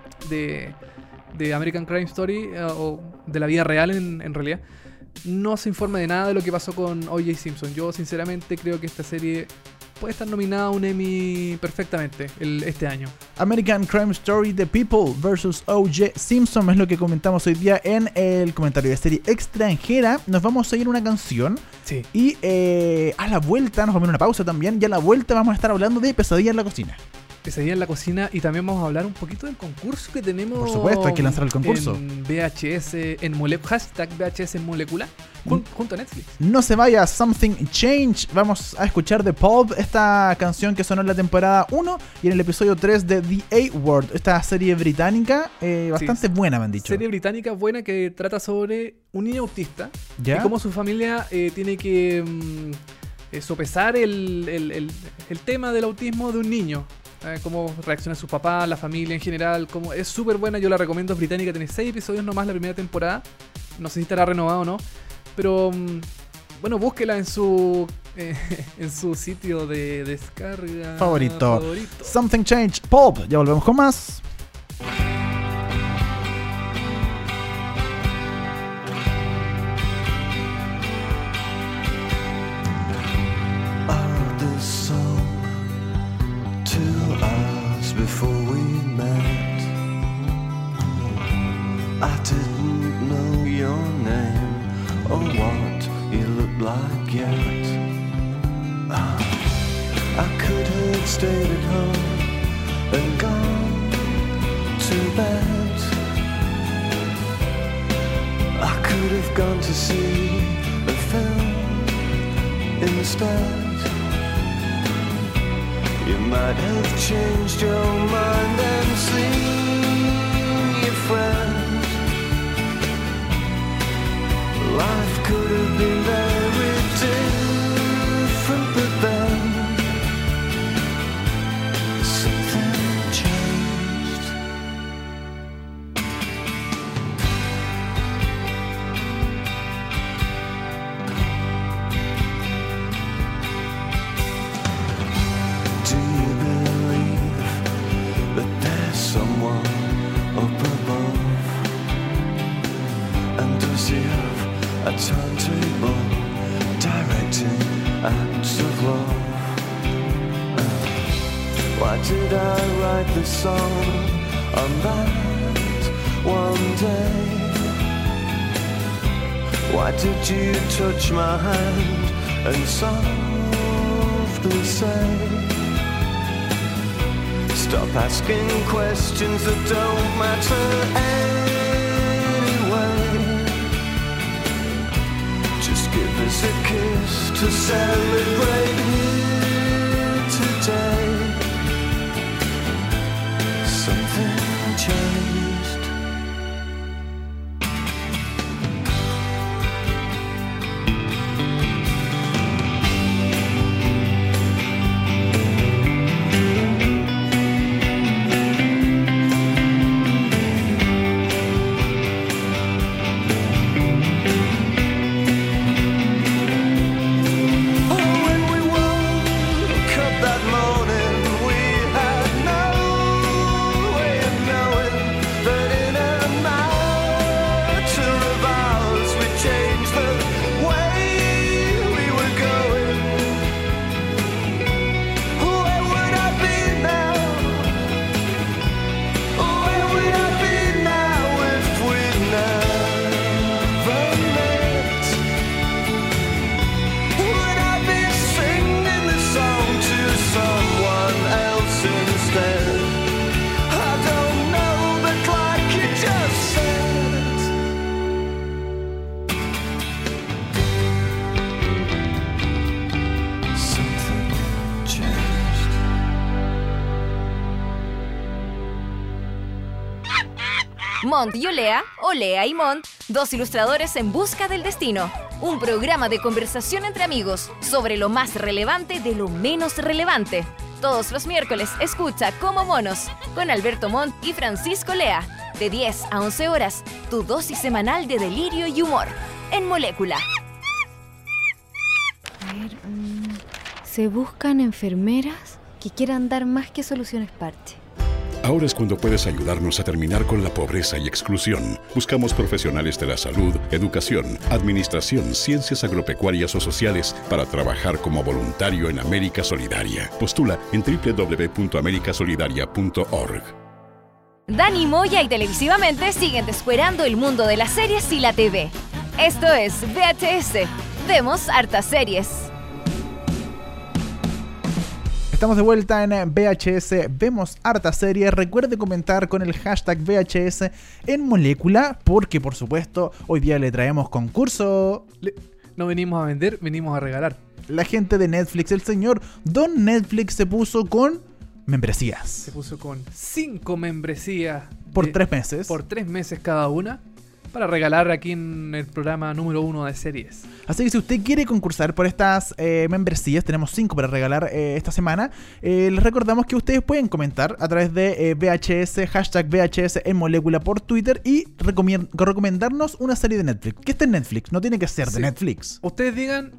C: American Crime Story, o de la vida real en realidad, no se informe de nada de lo que pasó con O.J. Simpson. Yo sinceramente creo que esta serie puede estar nominada a un Emmy perfectamente este año.
B: American Crime Story, The People vs. O.J. Simpson es lo que comentamos hoy día en el comentario de serie extranjera. Nos vamos a ir a una canción.
C: Sí.
B: Y a la vuelta, nos vamos a ir a una pausa también. Y a la vuelta vamos a estar hablando de Pesadilla en la cocina.
C: ese día en la cocina, y también vamos a hablar un poquito del concurso que tenemos.
B: Por supuesto, hay que lanzar el concurso.
C: En VHS, hashtag VHS en molécula, junto a Netflix.
B: No se vaya, Something Change. Vamos a escuchar The Pulp, esta canción que sonó en la temporada 1 y en el episodio 3 de The A-Word, esta serie británica bastante buena, me han dicho.
C: Serie británica buena que trata sobre un niño autista,
B: ¿ya?
C: Y cómo su familia tiene que sopesar el tema del autismo de un niño. Cómo reacciona sus papás, la familia en general. Es súper buena, yo la recomiendo, es británica, tiene 6 episodios nomás la primera temporada. No sé si estará renovado o no, pero bueno, búsquela en su sitio de descarga
B: favorito. Something Change, Pulp. Ya volvemos con más.
E: Before we met, I didn't know your name or what you looked like yet. I could have stayed at home and gone to bed. I could have gone to see a film instead. You might have changed your mind and seen your friend. Life could have been very different, but then something changed. Do you believe that there's someone up above? And does he have a turntable directing acts of love? Why did I write this song on that one day? Why did you touch my hand and softly say, stop asking questions that don't matter anyway. Just give us a kiss to celebrate here today. Something changed.
A: Mont y Olea, Olea y Mont, dos ilustradores en busca del destino. Un programa de conversación entre amigos sobre lo más relevante de lo menos relevante. Todos los miércoles escucha Como Monos con Alberto Mont y Francisco Lea. De 10 a 11 horas, tu dosis semanal de delirio y humor. En Molécula.
F: A ver, se buscan enfermeras que quieran dar más que soluciones parche.
G: Ahora es cuando puedes ayudarnos a terminar con la pobreza y exclusión. Buscamos profesionales de la salud, educación, administración, ciencias agropecuarias o sociales para trabajar como voluntario en América Solidaria. Postula en www.americasolidaria.org.
A: Dani Moya y Televisivamente siguen descuerando el mundo de las series y la TV. Esto es VHS. Vemos hartas series.
B: Estamos de vuelta en VHS, vemos harta serie. Recuerde comentar con el hashtag VHS en Molécula, porque por supuesto hoy día le traemos concurso.
C: No venimos a vender, venimos a regalar.
B: La gente de Netflix, el señor Don Netflix se puso con membresías.
C: Se puso con 5 membresías.
B: Por 3 meses.
C: Por 3 meses cada una. Para regalar aquí en el programa número 1 de series.
B: Así que si usted quiere concursar por estas membresías, tenemos 5 para regalar esta semana. Les recordamos que ustedes pueden comentar a través de VHS, hashtag VHS en Molécula por Twitter y recomendarnos una serie de Netflix. Que esté en Netflix, no tiene que ser de Netflix.
C: Ustedes digan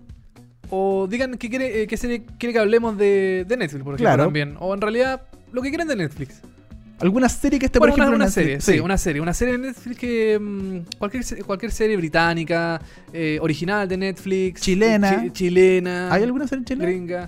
C: qué serie quiere que hablemos de Netflix, por ejemplo,
B: claro.
C: También. O en realidad, lo que quieren de Netflix.
B: ¿Alguna serie que esté, por ejemplo,
C: una
B: en
C: serie,
B: Netflix?
C: sí, una serie de Netflix que... cualquier serie británica, original de Netflix.
B: Chilena.
C: Chilena.
B: ¿Hay alguna serie chilena?
C: Gringa.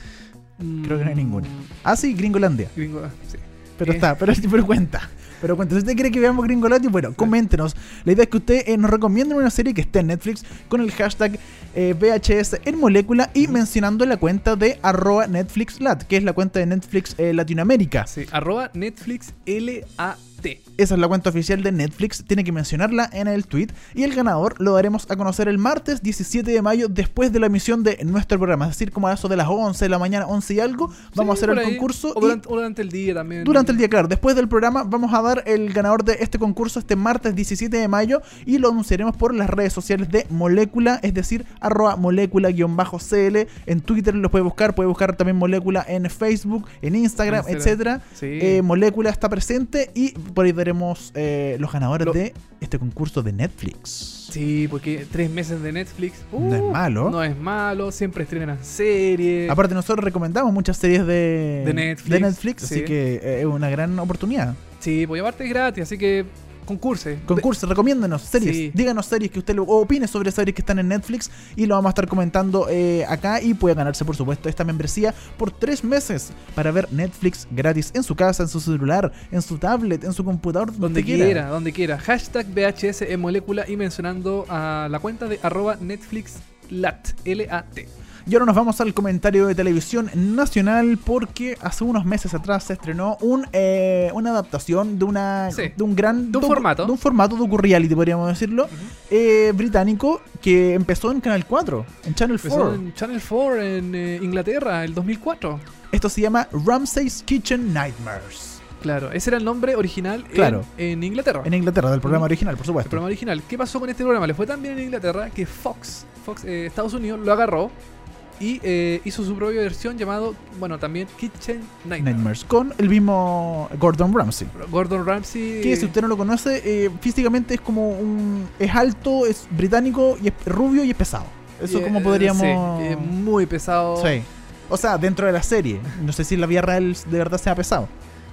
B: Creo que no hay ninguna. Ah, sí, Gringolandia.
C: Gringo, sí.
B: Pero cuenta. Pero cuenta, si usted quiere que veamos Gringolandia, bueno, coméntenos. La idea es que usted nos recomiende una serie que esté en Netflix con el hashtag VHS en Molécula y mencionando la cuenta de @NetflixLat, que es la cuenta de Netflix Latinoamérica.
C: Sí, @NetflixLAT.
B: Esa es la cuenta oficial de Netflix, tiene que mencionarla en el tweet y el ganador lo daremos a conocer el martes 17 de mayo después de la emisión de nuestro programa, es decir, como a eso de las 11 de la mañana, 11 y algo, vamos a hacer el concurso.
C: O durante el día también.
B: Durante el día, claro, después del programa vamos a dar el ganador de este concurso este martes 17 de mayo y lo anunciaremos por las redes sociales de Molécula, es decir, @molécula_cl, en Twitter lo puede buscar también Molécula en Facebook, en Instagram, etcétera.
C: Sí.
B: Molécula está presente y por ahí daremos los ganadores de este concurso de Netflix.
C: Sí, porque 3 meses de Netflix
B: no es malo.
C: No es malo, siempre estrenan series.
B: Aparte nosotros recomendamos muchas series de Netflix,
C: sí.
B: Así que es una gran oportunidad.
C: Sí, pues aparte es gratis, así que concurse,
B: recomiéndenos series,
C: sí.
B: Díganos series que usted opine sobre series que están en Netflix y lo vamos a estar comentando acá y puede ganarse por supuesto esta membresía por 3 meses para ver Netflix gratis en su casa, en su celular, en su tablet, en su computador, donde
C: quiera. Hashtag VHS en Molécula y mencionando a la cuenta de @NetflixLat, LAT.
B: Y ahora nos vamos al comentario de televisión nacional porque hace unos meses atrás se estrenó una adaptación de un formato docu-reality, podríamos decirlo, británico que empezó en Canal 4, en Channel 4.
C: En Channel 4 en Inglaterra, el 2004.
B: Esto se llama Ramsay's Kitchen Nightmares.
C: Claro, ese era el nombre original en Inglaterra.
B: En Inglaterra, del programa original, por supuesto.
C: El programa original. ¿Qué pasó con este programa? Le fue tan bien en Inglaterra que Fox Estados Unidos lo agarró y hizo su propia versión llamado, también Kitchen Nightmares.
B: Con el mismo Gordon Ramsay. Que si usted no lo conoce, físicamente es como es alto, es británico, y es rubio y es pesado. Eso como podríamos...
C: Sí, es muy pesado.
B: Sí. O sea, dentro de la serie. No sé si en la vida real de verdad sea pesado.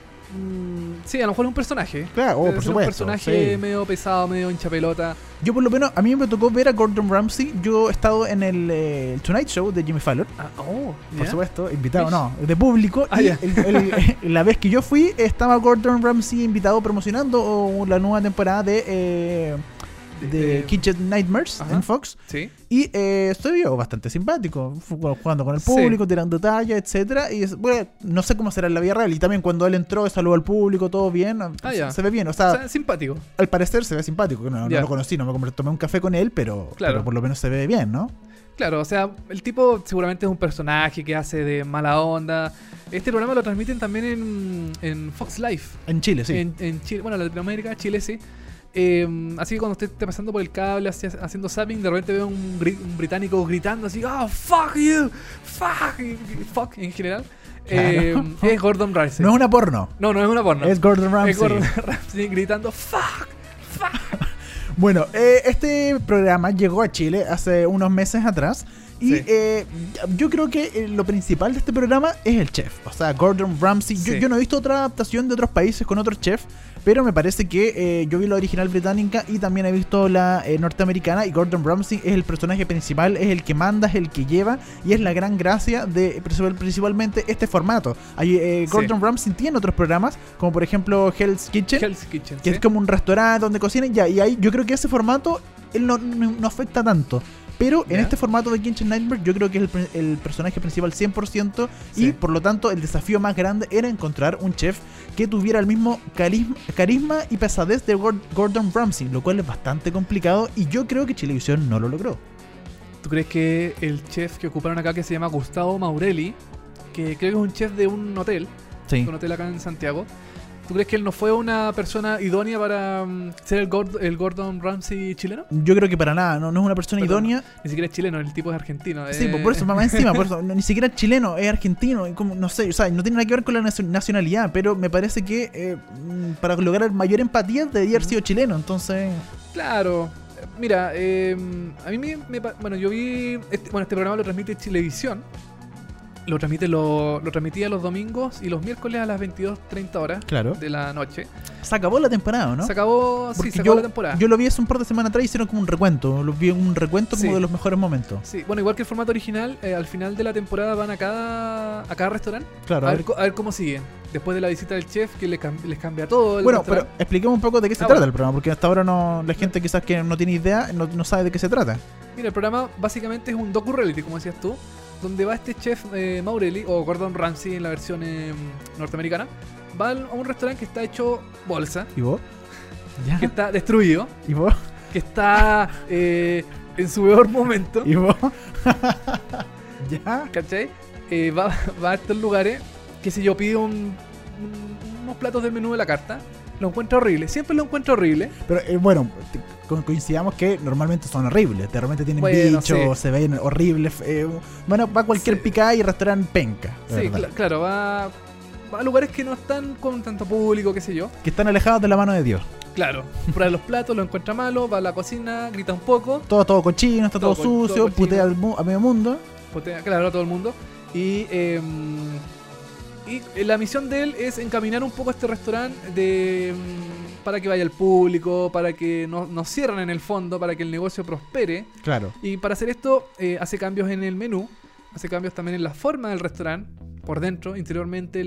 C: Sí, a lo mejor es un personaje.
B: Claro, por supuesto.
C: Un personaje medio pesado, medio hincha pelota.
B: Yo por lo menos, a mí me tocó ver a Gordon Ramsay. Yo he estado en el Tonight Show de Jimmy Fallon. Por supuesto, invitado, de público. La vez que yo fui, estaba Gordon Ramsay invitado promocionando la nueva temporada de Kitchen Nightmares en Fox.
C: Sí.
B: Y estoy yo bastante simpático, jugando con el público, tirando talla, etcétera. Y no sé cómo será en la vida real. Y también cuando él entró, saludó al público, todo bien. Se ve bien, o sea,
C: simpático.
B: Al parecer se ve simpático. No lo conocí, no me tomé un café con él, pero por lo menos se ve bien, ¿no?
C: Claro, o sea, el tipo seguramente es un personaje que hace de mala onda. Este programa lo transmiten también en Fox Life.
B: En Chile, sí.
C: En Chile, Latinoamérica, Chile, sí. Así que cuando usted esté pasando por el cable haciendo zapping, de repente veo un británico gritando así, fuck you, fuck en general. Es Gordon Ramsay.
B: No es una porno.
C: No es una porno.
B: Es Gordon Ramsay.
C: Es Gordon Ramsay gritando fuck.
B: Bueno, este programa llegó a Chile hace unos meses atrás. Y yo creo que lo principal de este programa es el chef. O sea, Gordon Ramsay. Yo no he visto otra adaptación de otros países con otros chefs, pero me parece que yo vi la original británica y también he visto la norteamericana. Y Gordon Ramsay es el personaje principal, es el que manda, es el que lleva. Y es la gran gracia de principalmente este formato. Gordon Ramsay tiene otros programas, como por ejemplo Hell's Kitchen, que es como un restaurante donde cocinan. Y ahí yo creo que ese formato él no afecta tanto. Pero en
C: Ya.
B: este formato de Kitchen Nightmare yo creo que es el personaje principal 100% y
C: Sí.
B: por lo tanto el desafío más grande era encontrar un chef que tuviera el mismo carisma y pesadez de Gordon Ramsay, lo cual es bastante complicado y yo creo que Chilevisión no lo logró.
C: ¿Tú crees que el chef que ocuparon acá, que se llama Gustavo Maurelli, que creo que es un chef de un hotel,
B: Sí.
C: un hotel acá en Santiago, ¿tú crees que él no fue una persona idónea para ser el Gordon Ramsay chileno?
B: Yo creo que para nada, no es una persona
C: Perdón,
B: idónea.
C: Ni siquiera es chileno, el tipo es argentino.
B: Sí, pues por eso, más encima, por eso, ni siquiera es chileno, es argentino, y como, no sé, o sea, no tiene nada que ver con la nacionalidad, pero me parece que para lograr mayor empatía debería haber sido chileno, entonces...
C: Claro. Mira, a mí bueno, yo vi... Este programa lo transmite Chilevisión. Lo transmitía los domingos y los miércoles a las 22:30 horas
B: Claro.
C: de la noche.
B: Se acabó la temporada, ¿no?
C: Se acabó,
B: Porque
C: se acabó la temporada.
B: Yo lo vi hace un par de semanas atrás y hicieron como un recuento. Lo vi un recuento como
C: Sí.
B: de los mejores momentos.
C: Sí, bueno, igual que el formato original, al final de la temporada van a cada restaurante
B: Claro,
C: a ver cómo siguen. Después de la visita del chef que les cambia todo.
B: Bueno, pero expliquemos un poco de qué se
C: Ah,
B: trata
C: bueno.
B: el programa, porque hasta ahora la gente quizás que no tiene idea, no sabe de qué se trata.
C: Mira, el programa básicamente es un docu-reality, como decías tú, donde va este chef Maurelli, o Gordon Ramsay en la versión norteamericana, va a un restaurante que está hecho bolsa,
B: ¿Y vos? ¿Ya?
C: que está destruido,
B: ¿Y vos?
C: que está en su peor momento,
B: ¿Y vos? ¿Ya?
C: ¿cachai? Va a estos lugares, qué sé yo, pide unos platos del menú de la carta, lo encuentra horrible, siempre lo encuentra horrible.
B: Pero bueno, coincidamos que normalmente son horribles. De repente tienen
C: Bueno,
B: bichos,
C: sí.
B: se ven horribles. Bueno, va a cualquier
C: Sí.
B: picada y restaurante penca. de
C: Sí,
B: verdad.
C: claro, va a lugares que no están con tanto público, qué sé yo.
B: Que están alejados de la mano de Dios.
C: Claro, prueba los platos, lo encuentra malo, va a la cocina, grita un poco,
B: Todo cochino, está todo,
C: Todo
B: sucio,
C: cochino.
B: putea a medio mundo.
C: potea, claro, a todo el mundo. Y la misión de él es encaminar un poco este restaurante para que vaya el público, para que no cierren en el fondo, para que el negocio prospere.
B: Claro.
C: Y para hacer esto hace cambios en el menú, hace cambios también en la forma del restaurante, por dentro, interiormente,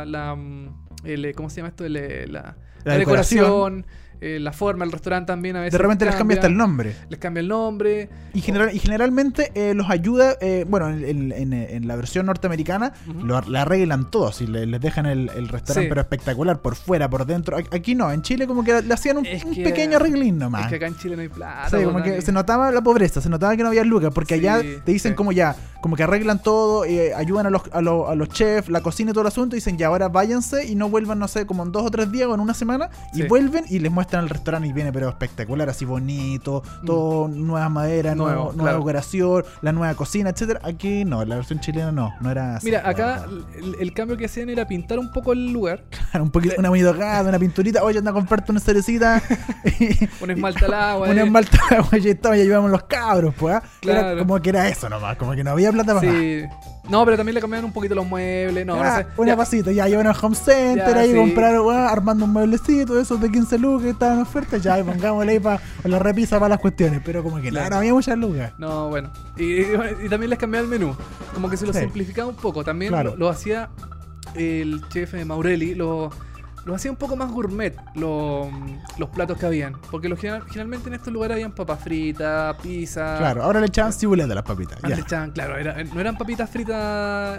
C: ¿cómo se llama esto? La decoración, la forma, el restaurante también a veces
B: De repente les cambia hasta el nombre.
C: Les cambia el nombre.
B: Y generalmente los ayuda, bueno, en la versión norteamericana
C: Ujú.
B: le arreglan todo, así les dejan el restaurante
C: Sí.
B: pero espectacular, por fuera, por dentro. Aquí no, en Chile como que le hacían un
C: Es que-
B: pequeño arreglín nomás.
C: Es que acá en Chile no hay plata.
B: Sí, como
C: weón,
B: que se notaba la pobreza, se notaba que no había lucas, porque
C: Sí,
B: allá te dicen
C: sí.
B: como ya, como que arreglan todo, ayudan a los chefs, la cocina y todo el asunto, y dicen ya ahora váyanse y no vuelvan, no sé, como en 2 o 3 días o en una semana, y
C: Sí.
B: vuelven y les muestran el restaurante y viene pero espectacular, así bonito, todo nuevas maderas,
C: Nuevo,
B: nueva
C: claro.
B: decoración, la nueva cocina, etcétera. Aquí no, la versión chilena no era así.
C: Mira,
B: la
C: acá
B: verdad.
C: el cambio que hacían era pintar un poco el lugar,
B: Un poquito, una bonita gata, una pinturita, oye, anda a comprarte una cerecita.
C: un esmalte al agua.
B: Una esmalta, oye, estaba, ya llevamos los cabros, pues. Era
C: Claro.
B: como que era eso nomás, como que no había plata para más.
C: Sí. No, pero también le cambiaban un poquito los muebles. No, no sé.
B: Una
C: Ya,
B: pasita, ya llevan al home center,
C: Ya,
B: ahí
C: sí.
B: comprar, armando un mueblecito, esos de 15 lucas que estaban en oferta, ya, y pongámosle ahí para la repisa para las cuestiones, pero como que
C: Claro.
B: no había muchas lucas.
C: No, bueno. Y también les cambiaba el menú. Como que se lo
B: Sí.
C: simplificaba un poco. También
B: Claro.
C: lo hacía el chef Maurelli. Lo hacía un poco más gourmet los platos que habían. Porque generalmente en estos lugares habían papas fritas, pizza.
B: Claro, ahora le echaban cibuleta a las papitas,
C: Antes
B: ya.
C: echaban, claro, no eran papitas fritas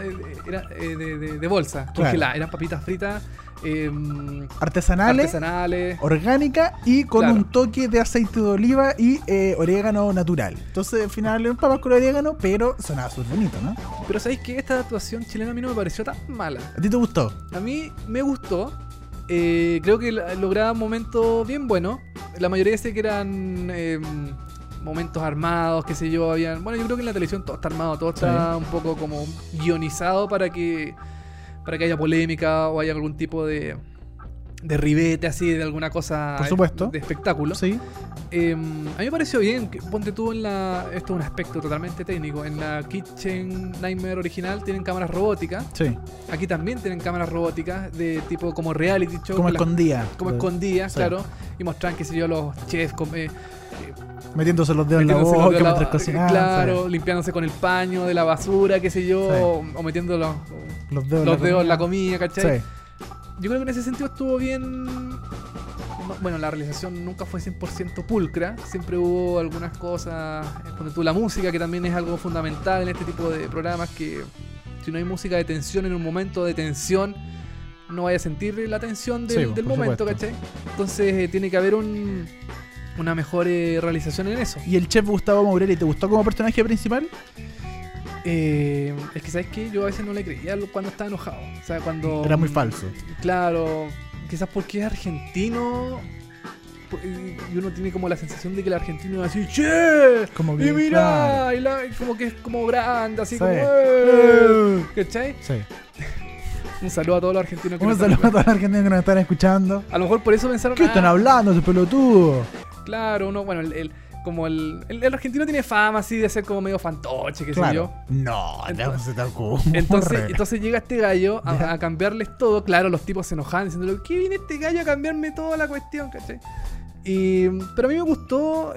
C: de bolsa,
B: Claro.
C: congeladas. Eran papitas fritas
B: Artesanales,
C: artesanales.
B: orgánica y con
C: Claro.
B: un toque de aceite de oliva y orégano natural. Entonces, al final eran papas con orégano, pero sonaba súper bonito, ¿no?
C: Pero ¿sabéis que esta actuación chilena a mí no me pareció tan mala?
B: ¿A ti te gustó?
C: A mí me gustó. Creo que lograba momentos bien buenos. La mayoría sé que eran momentos armados, qué sé yo, habían. Bueno, yo creo que en la televisión todo está armado, todo está un poco como guionizado para que haya polémica o haya algún tipo de ribete así, de alguna cosa
B: Por supuesto.
C: de espectáculo.
B: Sí.
C: A mí me pareció bien, que ponte tú esto es un aspecto totalmente técnico. En la Kitchen Nightmare original tienen cámaras robóticas.
B: Sí.
C: Aquí también tienen cámaras robóticas de tipo como reality show.
B: Como
C: que las-
B: escondía.
C: como escondidas,
B: Sí.
C: claro. Y mostraban, qué sé yo, los chefs
B: Metiéndose los dedos en la
C: metiéndose los
B: boca
C: dedos en la-
B: mientras cocinaban.
C: claro,
B: sí.
C: limpiándose con el paño de la basura, qué sé yo,
B: Sí.
C: o metiendo los
B: Los dedos,
C: dedos en la
B: comida.
C: comida, ¿cachai?
B: Sí.
C: Yo creo que en ese sentido estuvo bien bueno, la realización nunca fue 100% pulcra. Siempre hubo algunas cosas, cuando tú la música, que también es algo fundamental en este tipo de programas, que si no hay música de tensión en un momento de tensión, no vaya a sentir la tensión del momento,
B: supuesto.
C: ¿cachai? Entonces tiene que haber una mejor realización en eso.
B: ¿Y el chef Gustavo Maurelli te gustó como personaje principal?
C: Es que, ¿sabes qué? Yo a veces no le creía cuando estaba enojado. O sea, cuando...
B: Era muy falso.
C: Claro, quizás porque es argentino y uno tiene como la sensación de que el argentino es así, ¡che!
B: Como
C: Y
B: que,
C: mira,
B: claro.
C: y como que es como grande, así
B: Sí.
C: como... ¿Cachai?
B: Sí.
C: Un saludo a todos los argentinos que
B: Un
C: nos
B: saludo a
C: están
B: todos los argentinos que nos están escuchando.
C: A lo mejor por eso pensaron...
B: ¿Qué están hablando, ese pelotudo?
C: Claro, uno, bueno, el argentino tiene fama así de ser como medio fantoche, qué sé yo.
B: No, no se te ocurre.
C: Entonces llega este gallo
B: Ya.
C: a cambiarles todo. Claro, los tipos se enojan diciéndole, ¿qué viene este gallo a cambiarme toda la cuestión? ¿Cachai? Pero a mí me gustó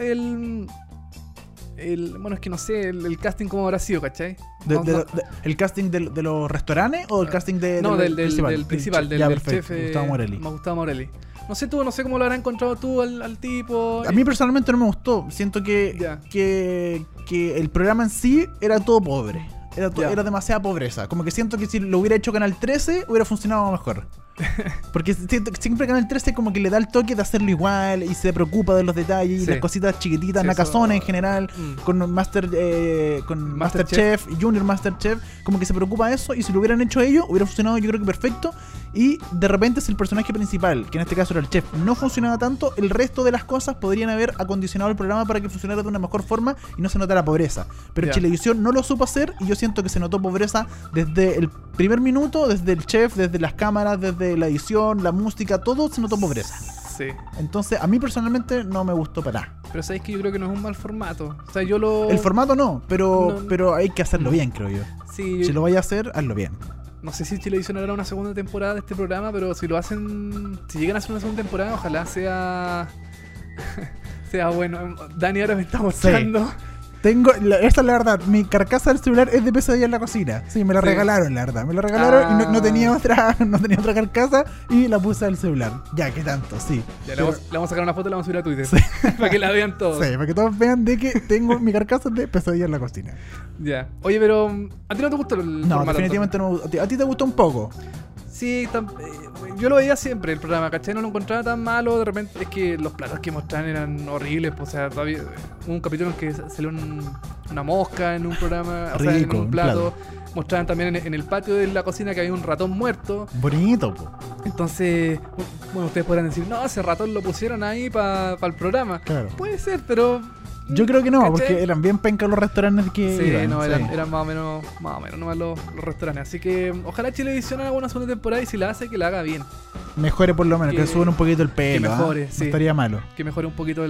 C: bueno, es que no sé, el casting cómo habrá sido, ¿cachai?
B: ¿El casting de los restaurantes o el casting del
C: principal,
B: Ya,
C: del
B: perfecto.
C: chef
B: Gustavo Morelli.
C: Gustavo Morelli. No sé cómo lo habrás encontrado tú al tipo.
B: A mí personalmente no me gustó. Siento
C: Ya.
B: que el programa en sí era todo pobre.
C: Ya.
B: Era demasiada pobreza. Como que siento que si lo hubiera hecho Canal 13 hubiera funcionado mejor. Porque siento que siempre Canal 13 como que le da el toque de hacerlo igual y se preocupa de los detalles y
C: Sí.
B: las cositas chiquititas,
C: Sí,
B: nacazones
C: eso-
B: en general,
C: Mm.
B: con
C: Masterchef.
B: Masterchef y Junior Masterchef, como que se preocupa de eso y si lo hubieran hecho ellos hubiera funcionado yo creo que perfecto. Y de repente si el personaje principal, que en este caso era el chef, no funcionaba tanto, el resto de las cosas podrían haber acondicionado el programa para que funcionara de una mejor forma y no se notara pobreza. Pero
C: Ya.
B: Chilevisión no lo supo hacer y yo siento que se notó pobreza desde el primer minuto, desde el chef, desde las cámaras, desde la edición, la música, todo se notó pobreza.
C: Sí.
B: Entonces a mí personalmente no me gustó para nada.
C: Pero sabéis que yo creo que no es un mal formato. O sea,
B: El formato no,
C: No.
B: pero hay que hacerlo bien, creo yo.
C: Sí,
B: Si lo vaya a hacer, hazlo bien.
C: no sé si Chilevisión hará una segunda temporada de este programa, pero si lo hacen, si llegan a hacer una segunda temporada, ojalá sea sea bueno. Dani ahora me está mostrando.
B: Esta es la verdad, mi carcasa del celular es de Pesadilla en la cocina. Sí, me la
C: Sí.
B: regalaron, la verdad. Me la regalaron y no tenía
C: Ah.
B: otra carcasa y la puse al celular. Ya, ¿qué tanto? Sí.
C: Ya, le
B: Pero-
C: vamos a sacar una foto y la vamos a subir a Twitter. Para que la vean todos.
B: Sí, para que todos vean de que tengo mi carcasa de Pesadilla en la cocina.
C: Ya. Oye, pero ¿a ti no te gustó el
B: No,
C: formato?
B: definitivamente no me gustó. ¿A ti te gustó un poco?
C: Sí, yo lo veía siempre el programa, ¿cachai? No lo encontraba tan malo. De repente es que los platos que mostraban eran horribles. Pues, o sea, todavía hubo un capítulo en que salió una mosca en un programa, o sea, en
B: Rico,
C: un plato. Mostraban también en el patio de la cocina que había un ratón muerto.
B: Bonito, po.
C: Entonces, bueno, ustedes podrán decir, no, ese ratón lo pusieron ahí para el programa.
B: Claro.
C: Puede ser, pero...
B: Yo creo que no,
C: ¿cachai?
B: porque eran bien pencas los restaurantes que
C: Sí,
B: iban,
C: no,
B: sí.
C: eran más o menos nomás los restaurantes. Así que ojalá Chilevisión haga una segunda temporada y si la hace, que la haga bien.
B: Mejore por lo menos, que
C: Que-
B: suban un poquito el pelo.
C: que mejore,
B: ¿ah?
C: sí.
B: No estaría malo.
C: Que mejore un poquito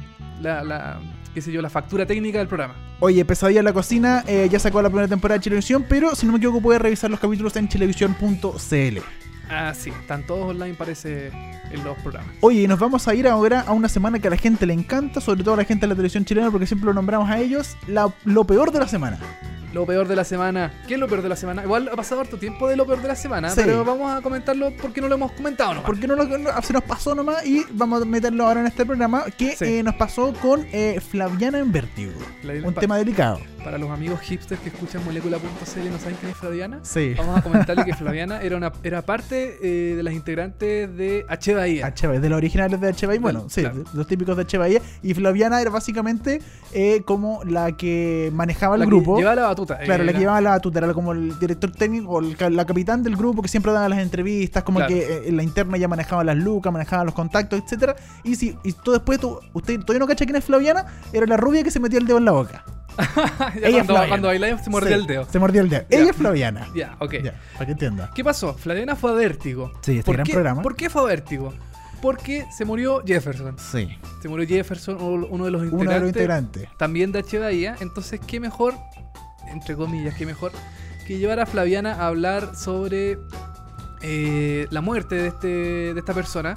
C: qué sé yo, la factura técnica del programa.
B: Oye, Pesadilla en la cocina ya sacó la primera temporada de Chilevisión, pero si no me equivoco puedes revisar los capítulos en chilevisión.cl.
C: Ah, sí, están todos online, parece, en los programas.
B: Oye, y nos vamos a ir ahora a una semana que a la gente le encanta, sobre todo a la gente de la televisión chilena, porque siempre lo nombramos a ellos, lo peor de la semana.
C: Lo peor de la semana. ¿Qué es lo peor de la semana? Igual ha pasado harto tiempo de lo peor de la semana,
B: Sí.
C: pero vamos a comentarlo porque no lo hemos comentado nomás.
B: Porque se nos pasó nomás y vamos a meterlo ahora en este programa que
C: Sí.
B: nos pasó con Flaviana en Vértigo. Un tema delicado.
C: Para los amigos hipsters que escuchan molecula.cl y no saben quién es Flaviana,
B: Sí.
C: vamos a comentarle que Flaviana era parte de las integrantes de H. Bahía.
B: De los originales de H. Bahía, bueno, sí,
C: Claro.
B: de los típicos de H. Bahía. Y Flaviana era básicamente como la que manejaba el
C: La que
B: grupo.
C: llevaba la batuta.
B: Claro, la que
C: Era-
B: llevaba la batuta, era como el director técnico o la capitán del grupo que siempre daba las entrevistas, como
C: Claro.
B: que en la interna ya manejaba las lucas, manejaba los contactos, etcétera. Y tú después, usted todavía no cacha quién es Flaviana, era la rubia que se metía el dedo en la boca.
C: Ya
B: Ella es Flaviana.
C: cuando bailaba se mordía
B: Sí,
C: el dedo.
B: Se mordía el dedo.
C: Ya.
B: Ella es Flaviana.
C: Ya, ok.
B: Ya, para que entienda.
C: ¿Qué pasó? Flaviana fue a Vértigo.
B: Sí, este
C: ¿Por
B: gran
C: qué-
B: programa.
C: ¿Por qué fue a Vértigo? Porque se murió Jefferson.
B: Sí.
C: Se murió Jefferson, uno de los
B: Uno de los integrantes.
C: también de H. Bahía. Entonces, qué mejor, entre comillas, qué mejor que llevar a Flaviana a hablar sobre la muerte de esta persona.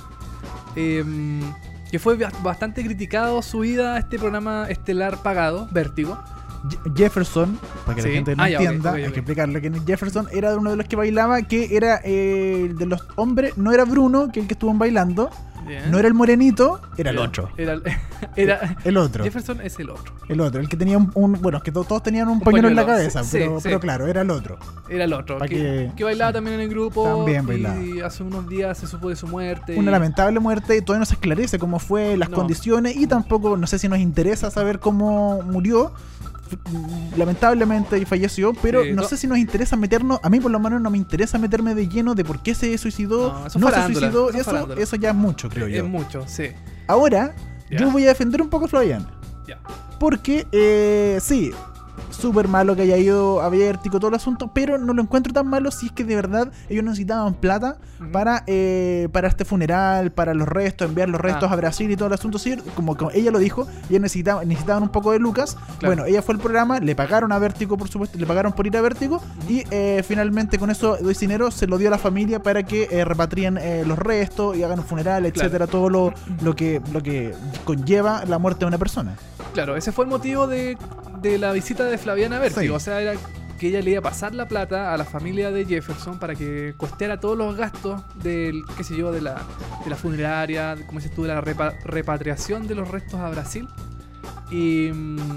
C: Que fue bastante criticado su ida a este programa estelar pagado, Vértigo.
B: Jefferson, para que
C: Sí.
B: la gente no
C: Ah, ya, ok,
B: entienda,
C: ok,
B: hay
C: ok.
B: que explicarle que Jefferson era uno de los que bailaba, que era de los hombres, no era Bruno, que el que estuvo bailando,
C: Yeah.
B: No era el morenito, era el otro.
C: Era
B: El otro.
C: Jefferson es el otro.
B: El otro, el que tenía bueno, es que todos tenían un pañuelo en la cabeza,
C: sí,
B: pero claro, era el otro.
C: Era el otro.
B: Pa'
C: Que bailaba también en el grupo.
B: También bailaba.
C: Y hace unos días se supo de su muerte.
B: Una lamentable muerte, y todavía no se esclarece cómo fue, las
C: No.
B: condiciones, y tampoco, no sé si nos interesa saber cómo murió. Lamentablemente falleció, pero
C: Sí,
B: no sé si nos interesa meternos, a mí por lo menos no me interesa meterme de lleno de por qué se suicidó,
C: No, eso
B: no se
C: farándula,
B: suicidó,
C: eso farándula.
B: eso ya es mucho, creo
C: Es
B: yo.
C: mucho, sí.
B: Ahora,
C: Ya.
B: yo voy a defender un poco a Flaviana,
C: Ya.
B: porque sí, súper malo que haya ido a Vértigo, todo el asunto, pero no lo encuentro tan malo si es que de verdad ellos necesitaban plata
C: Ujú.
B: para este funeral, para los restos, enviar los restos
C: Ah.
B: a Brasil y todo el asunto. Sí, como ella lo dijo, ellos necesitaban un poco de lucas.
C: Claro.
B: Bueno, ella fue al programa, le pagaron a Vértigo, por supuesto, le pagaron por ir a Vértigo, y finalmente con eso ese dinero se lo dio a la familia para que repatrien los restos y hagan un funeral,
C: Claro.
B: etcétera, todo lo que conlleva la muerte de una persona.
C: Claro, ese fue el motivo de la visita de Flaviana a Vértigo.
B: Sí.
C: O sea, era que ella le iba a pasar la plata a la familia de Jefferson para que costeara todos los gastos del, qué sé yo, de la funeraria, como dices tú, de la repatriación de los restos a Brasil. Y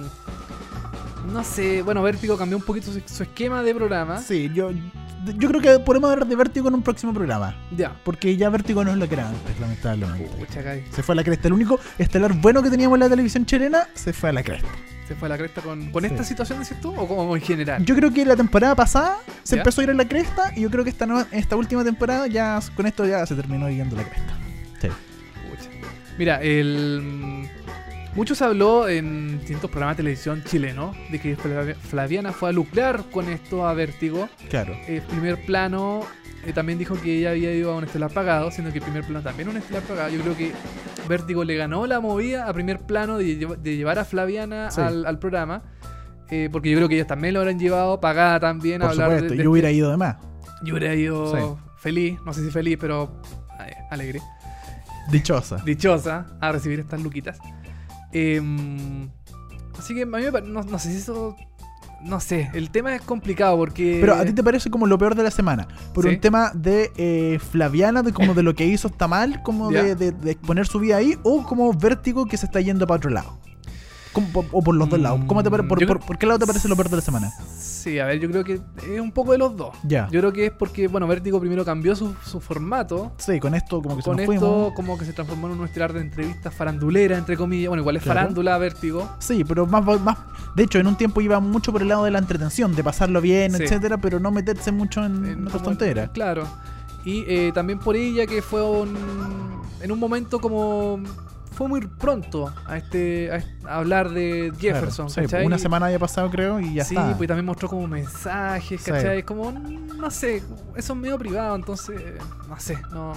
C: no sé, bueno, Vértigo cambió un poquito su esquema de programa.
B: Sí, yo creo que podemos hablar de Vértigo en un próximo programa.
C: Ya.
B: Porque ya Vértigo no es lo que era antes, lamentablemente.
C: Pucha, Kai.
B: Se fue a la cresta. El único estelar bueno que teníamos en la televisión chilena se fue a la cresta.
C: ¿Se fue a la cresta con
B: Sí.
C: esta situación, decís tú? ¿O como en general?
B: Yo creo que la temporada pasada se
C: ¿Ya?
B: empezó a ir a la cresta, y yo creo que esta última temporada ya con esto ya se terminó yendo a la cresta. Sí.
C: Pucha. Mira, mucho se habló en distintos programas de televisión chilenos de que Flaviana fue a lucrar con esto a Vértigo.
B: Claro.
C: Primer plano también dijo que ella había ido a un estelar pagado, siendo que primer plano también un estelar pagado. Yo creo que Vértigo le ganó la movida a primer plano de llevar a Flaviana
B: Sí.
C: al programa. Porque yo creo que ellos también lo habrán llevado pagada también
B: Por
C: a hablar
B: supuesto,
C: de
B: yo hubiera ido de más.
C: Yo hubiera ido
B: Sí.
C: feliz, no sé si feliz, pero alegre,
B: Dichosa.
C: dichosa a recibir estas luquitas. Así que a mí no sé si eso... No sé, el tema es complicado porque...
B: Pero a ti te parece como lo peor de la semana. Por
C: Sí.
B: un tema de Flaviana, de como de lo que hizo está mal, como
C: Ya.
B: de poner su vida ahí, o como Vértigo que se está yendo para otro lado. O por los dos lados. ¿Cómo te
C: yo creo-
B: ¿Por qué lado te parece lo peor de la semana?
C: Sí, a ver, yo creo que es un poco de los dos.
B: Ya.
C: Yo creo que es porque, bueno, Vértigo primero cambió su formato.
B: Sí, con esto como que
C: Con
B: se
C: esto
B: nos fuimos.
C: como que se transformó en un estelar de entrevistas farandulera, entre comillas. Bueno, igual es
B: Claro.
C: farándula, Vértigo.
B: Sí, pero más. De hecho, en un tiempo iba mucho por el lado de la entretención, de pasarlo bien,
C: Sí.
B: etcétera, pero no meterse mucho en otras
C: como-
B: tonteras.
C: Claro. Y también por ella que fue en un momento como... Fue muy pronto a hablar de Jefferson,
B: Claro, sí,
C: ¿cachai?
B: una semana había pasado, creo, y ya
C: Sí,
B: está.
C: pues también mostró como mensajes,
B: Sí.
C: ¿cachai? Como, no sé, eso es medio privado, entonces, no sé, no...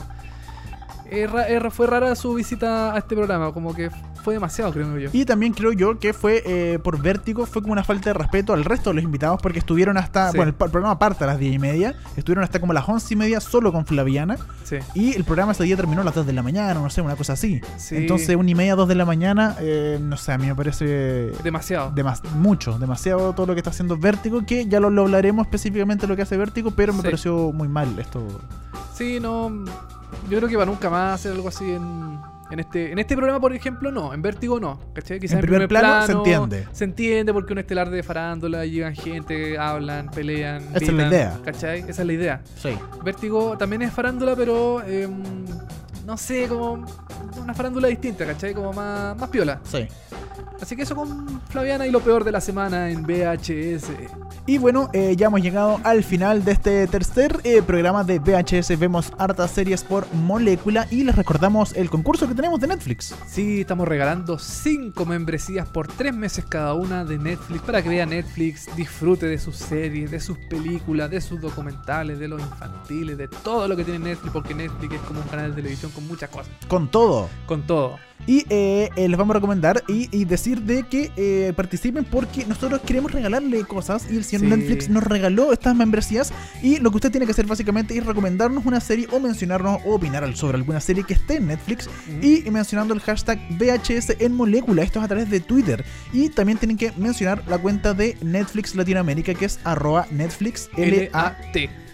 C: Fue rara su visita a este programa, como que fue demasiado, creo yo.
B: Y también creo yo que fue por Vértigo, fue como una falta de respeto al resto de los invitados, porque estuvieron hasta,
C: Sí.
B: bueno, el programa parte a las 10:30, estuvieron hasta como las 11:30 solo con Flaviana,
C: Sí.
B: y el programa ese día terminó a las 2 de la mañana, no sé, una cosa así.
C: Sí.
B: Entonces 1:30, 2 de la mañana, no sé, a mí me parece
C: Demasiado.
B: demasiado todo lo que está haciendo Vértigo, que ya lo hablaremos específicamente de lo que hace Vértigo, pero me
C: Sí.
B: pareció muy mal esto.
C: Sí, no... Yo creo que va nunca más hacer algo así en este programa, por ejemplo, no. En Vértigo no, ¿cachai? Quizás
B: En primer plano se entiende.
C: Se entiende porque un estelar de farándula, llegan gente, hablan, pelean,
B: Esa es la
C: gritan,
B: idea.
C: ¿cachai? Esa es la idea.
B: Sí.
C: Vértigo también es farándula, pero no sé, como una farándula distinta, ¿cachai? Como más piola.
B: Sí.
C: Así que eso con Flaviana y lo peor de la semana en VHS.
B: Y bueno, ya hemos llegado al final de este tercer programa de VHS. Vemos hartas series por molécula, y les recordamos el concurso que tenemos de Netflix.
C: Sí, estamos regalando 5 membresías por 3 meses cada una de Netflix para que vea Netflix, disfrute de sus series, de sus películas, de sus documentales, de los infantiles, de todo lo que tiene Netflix, porque Netflix es como un canal de televisión con muchas cosas,
B: Con todo.
C: con todo.
B: Y les vamos a recomendar y decir de que participen, porque nosotros queremos regalarle cosas, y el señor
C: Sí.
B: Netflix nos regaló estas membresías, y lo que usted tiene que hacer básicamente es recomendarnos una serie, o mencionarnos o opinar sobre alguna serie que esté en Netflix, y mencionando el hashtag VHS en molécula. Esto es a través de Twitter, y también tienen que mencionar la cuenta de Netflix Latinoamérica, que es @NetflixLAT.
C: LAT.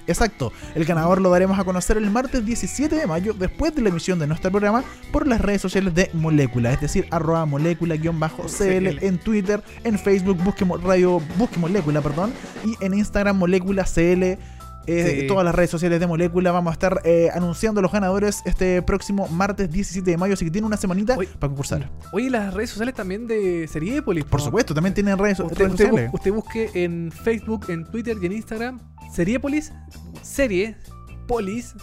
B: Exacto, el ganador lo daremos a conocer el martes 17 de mayo después de la emisión de nuestro programa por las redes sociales de Molécula, es decir, @molécula_cl en Twitter, en Facebook, busque Molécula, y en Instagram Molécula CL. Todas las redes sociales de Molécula. Vamos a estar anunciando los ganadores este próximo martes 17 de mayo, así que tiene una semanita para concursar.
C: Oye, las redes sociales también de Seriepolis.
B: Por supuesto, también tienen redes sociales.
C: Usted busque en Facebook, en Twitter y en Instagram Seriepolis, Seriepolis,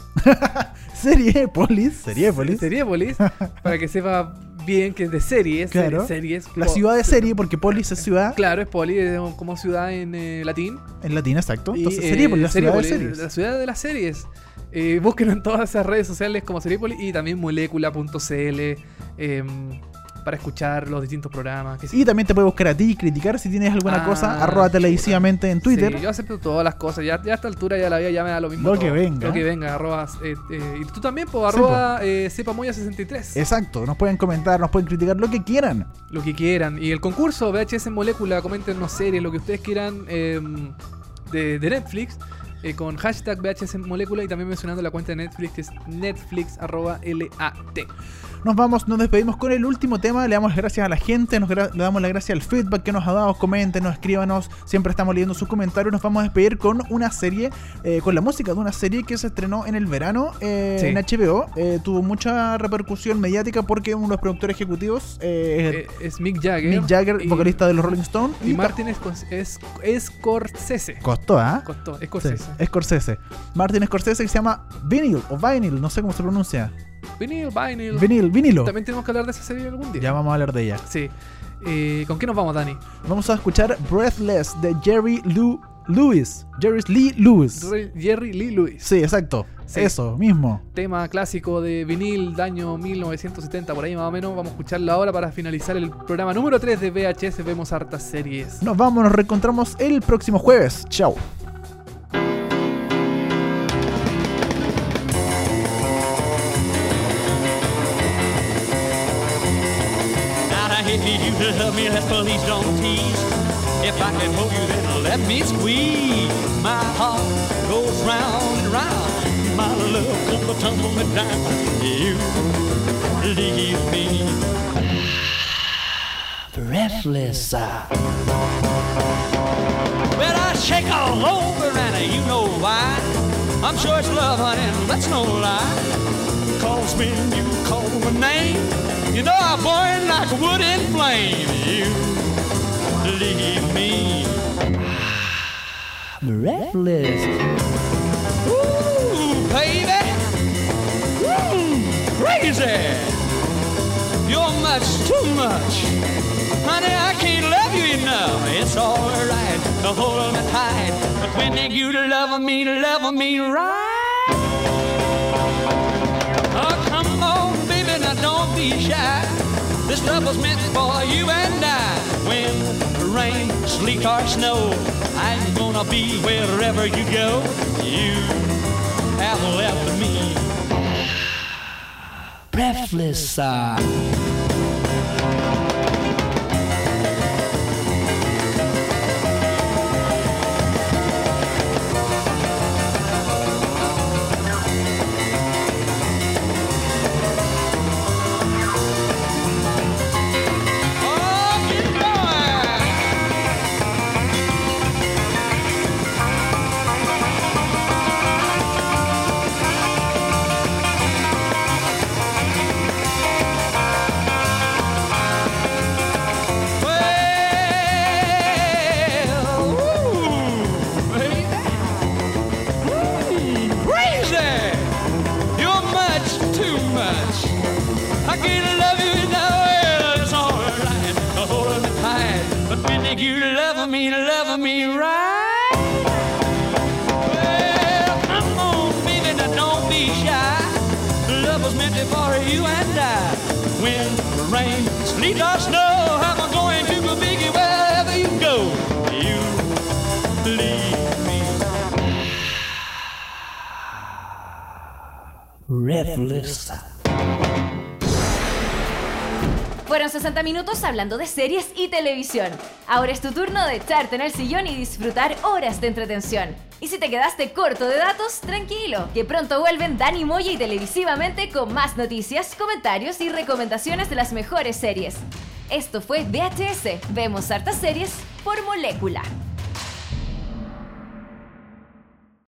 C: para que sepa bien que es de series.
B: Claro.
C: Series.
B: La ciudad de serie, porque Polis es ciudad.
C: Claro, es Polis, es como ciudad en latín.
B: En latín, exacto. Entonces,
C: Y,
B: Seriepolis, la ciudad de
C: Seriepolis,
B: series.
C: la ciudad de las series. Búsquenlo en todas esas redes sociales como Seriepolis y también molecula.cl para escuchar los distintos programas.
B: Y también te puede buscar a ti y criticar si tienes alguna cosa, @televisivamente en Twitter.
C: Sí, yo acepto todas las cosas. Ya a esta altura ya la vida ya me da lo mismo.
B: Lo que venga.
C: Lo que venga, y tú también, pues, @cepamoya63.
B: Exacto, nos pueden comentar, nos pueden criticar lo que quieran.
C: Lo que quieran. Y el concurso VHS en Molécula, coméntenos series, lo que ustedes quieran de Netflix. Con hashtag VHS en Molécula y también mencionando la cuenta de Netflix, que es Netflix@LAT.
B: Nos despedimos con el último tema. Le damos las gracias a la gente, le damos las gracias al feedback que nos ha dado. Coméntenos, escríbanos, siempre estamos leyendo sus comentarios. Nos vamos a despedir con una serie, con la música de una serie que se estrenó en el verano en HBO. Tuvo mucha repercusión mediática porque uno de los productores ejecutivos
C: es Mick Jagger,
B: vocalista de los Rolling Stones.
C: Y Martin Scorsese.
B: Costó,
C: Scorsese.
B: Sí, Scorsese. Martin Scorsese, que se llama Vinyl, no sé cómo se pronuncia. Vinilo.
C: También tenemos que hablar de esa serie algún día.
B: Ya vamos a hablar de ella.
C: Sí. ¿Con qué nos vamos, Dani?
B: Vamos a escuchar Breathless de Jerry Lee Lewis. Jerry Lee Lewis. Sí, exacto. Sí. Eso mismo.
C: Tema clásico de vinil del año 1970, por ahí más o menos. Vamos a escucharlo ahora para finalizar el programa número 3 de VHS. Vemos hartas series.
B: Nos vamos, nos reencontramos el próximo jueves. Chao.
H: If you love me, let's please don't tease. If I can hold you, then let me squeeze. My heart goes round and round. My love comes tumbling down. You leave me breathless. Well, I shake all over, and you know why. I'm sure it's love, honey, and that's no lie. 'Cause when you call my name, you know I burn like wood in flame. You leave me breathless. Ooh, baby, crazy. You're much too much, honey. I can't love you enough. It's alright to hold me tight, but when you love me right. Oh, come on, baby, now don't be shy. This love was meant for you and I. When rain, sleet, or snow, I'm gonna be wherever you go. You have left me breathless. Love me right. Well, come on, baby, now don't be shy. Love was meant for you and I. When rain, sleet, or snow, I'm going to go biggie wherever you go. You leave me breathless.
A: Fueron 60 minutos hablando de series y televisión. Ahora es tu turno de echarte en el sillón y disfrutar horas de entretención. Y si te quedaste corto de datos, tranquilo, que pronto vuelven Dani Moya y Televisivamente con más noticias, comentarios y recomendaciones de las mejores series. Esto fue VHS, vemos hartas series por molécula.